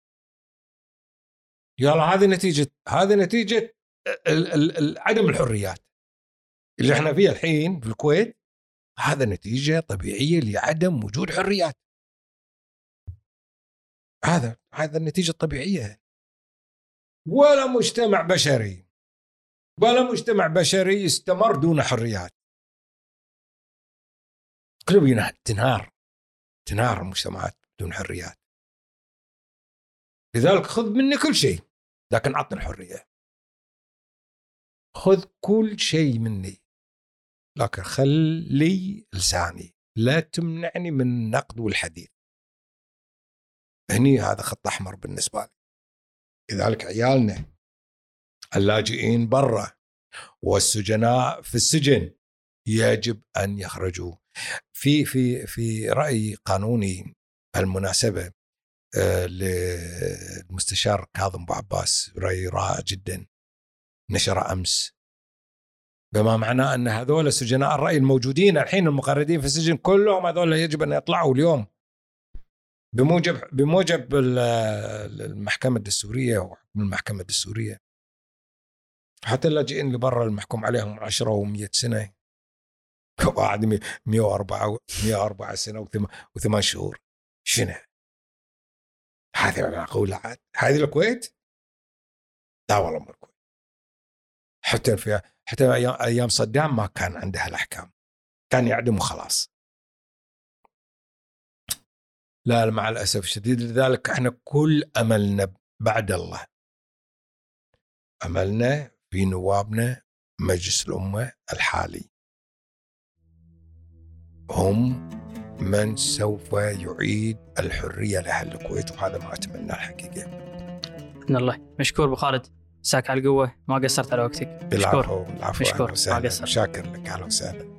Speaker 1: يلا هذه نتيجة عدم الحريات اللي احنا فيها الحين في الكويت. هذا نتيجة طبيعية لعدم وجود حريات. هذا النتيجة الطبيعية. ولا مجتمع بشري يستمر دون حريات. قلوبنا تنهار المجتمعات بدون حريات. لذلك خذ مني كل شيء لكن أعطني الحرية. خذ كل شيء مني لكن خلي لساني، لا تمنعني من النقد والحديث. هني هذا خط أحمر بالنسبة لي. لذلك عيالنا اللاجئين برا والسجناء في السجن يجب أن يخرجوا. في رأي قانوني بالمناسبة للمستشار كاظم أبو عباس، رأي رائع جدا نشر أمس، بما معناه أن هذول سجناء الرأي الموجودين الحين المقردين في السجن كلهم هذول يجب أن يطلعوا اليوم بموجب المحكمة الدستورية وحكم المحكمة الدستورية. حتى اللاجئين اللي برا المحكوم عليهم 10 و100 سنة، واحد 104 سنة و8 شهور. شنو هذه معقولة؟ عاد هذه الكويت؟ لا والله مو الكويت. حتى ايام صدام ما كان عندها الاحكام، كان يعدم وخلاص. لا مع الاسف الشديد. لذلك احنا كل املنا بعد الله، املنا في نوابنا مجلس الامه الحالي، هم من سوف يعيد الحريه لاهل الكويت، وهذا ما اتمنى الحقيقه.
Speaker 2: باذن الله. مشكور ابو خالد، مساك على القوه، ما قصرت على وقتك.
Speaker 1: العفو.
Speaker 2: مشكور.
Speaker 1: ما قصرت. شاكر لك. اهلا وسهلا.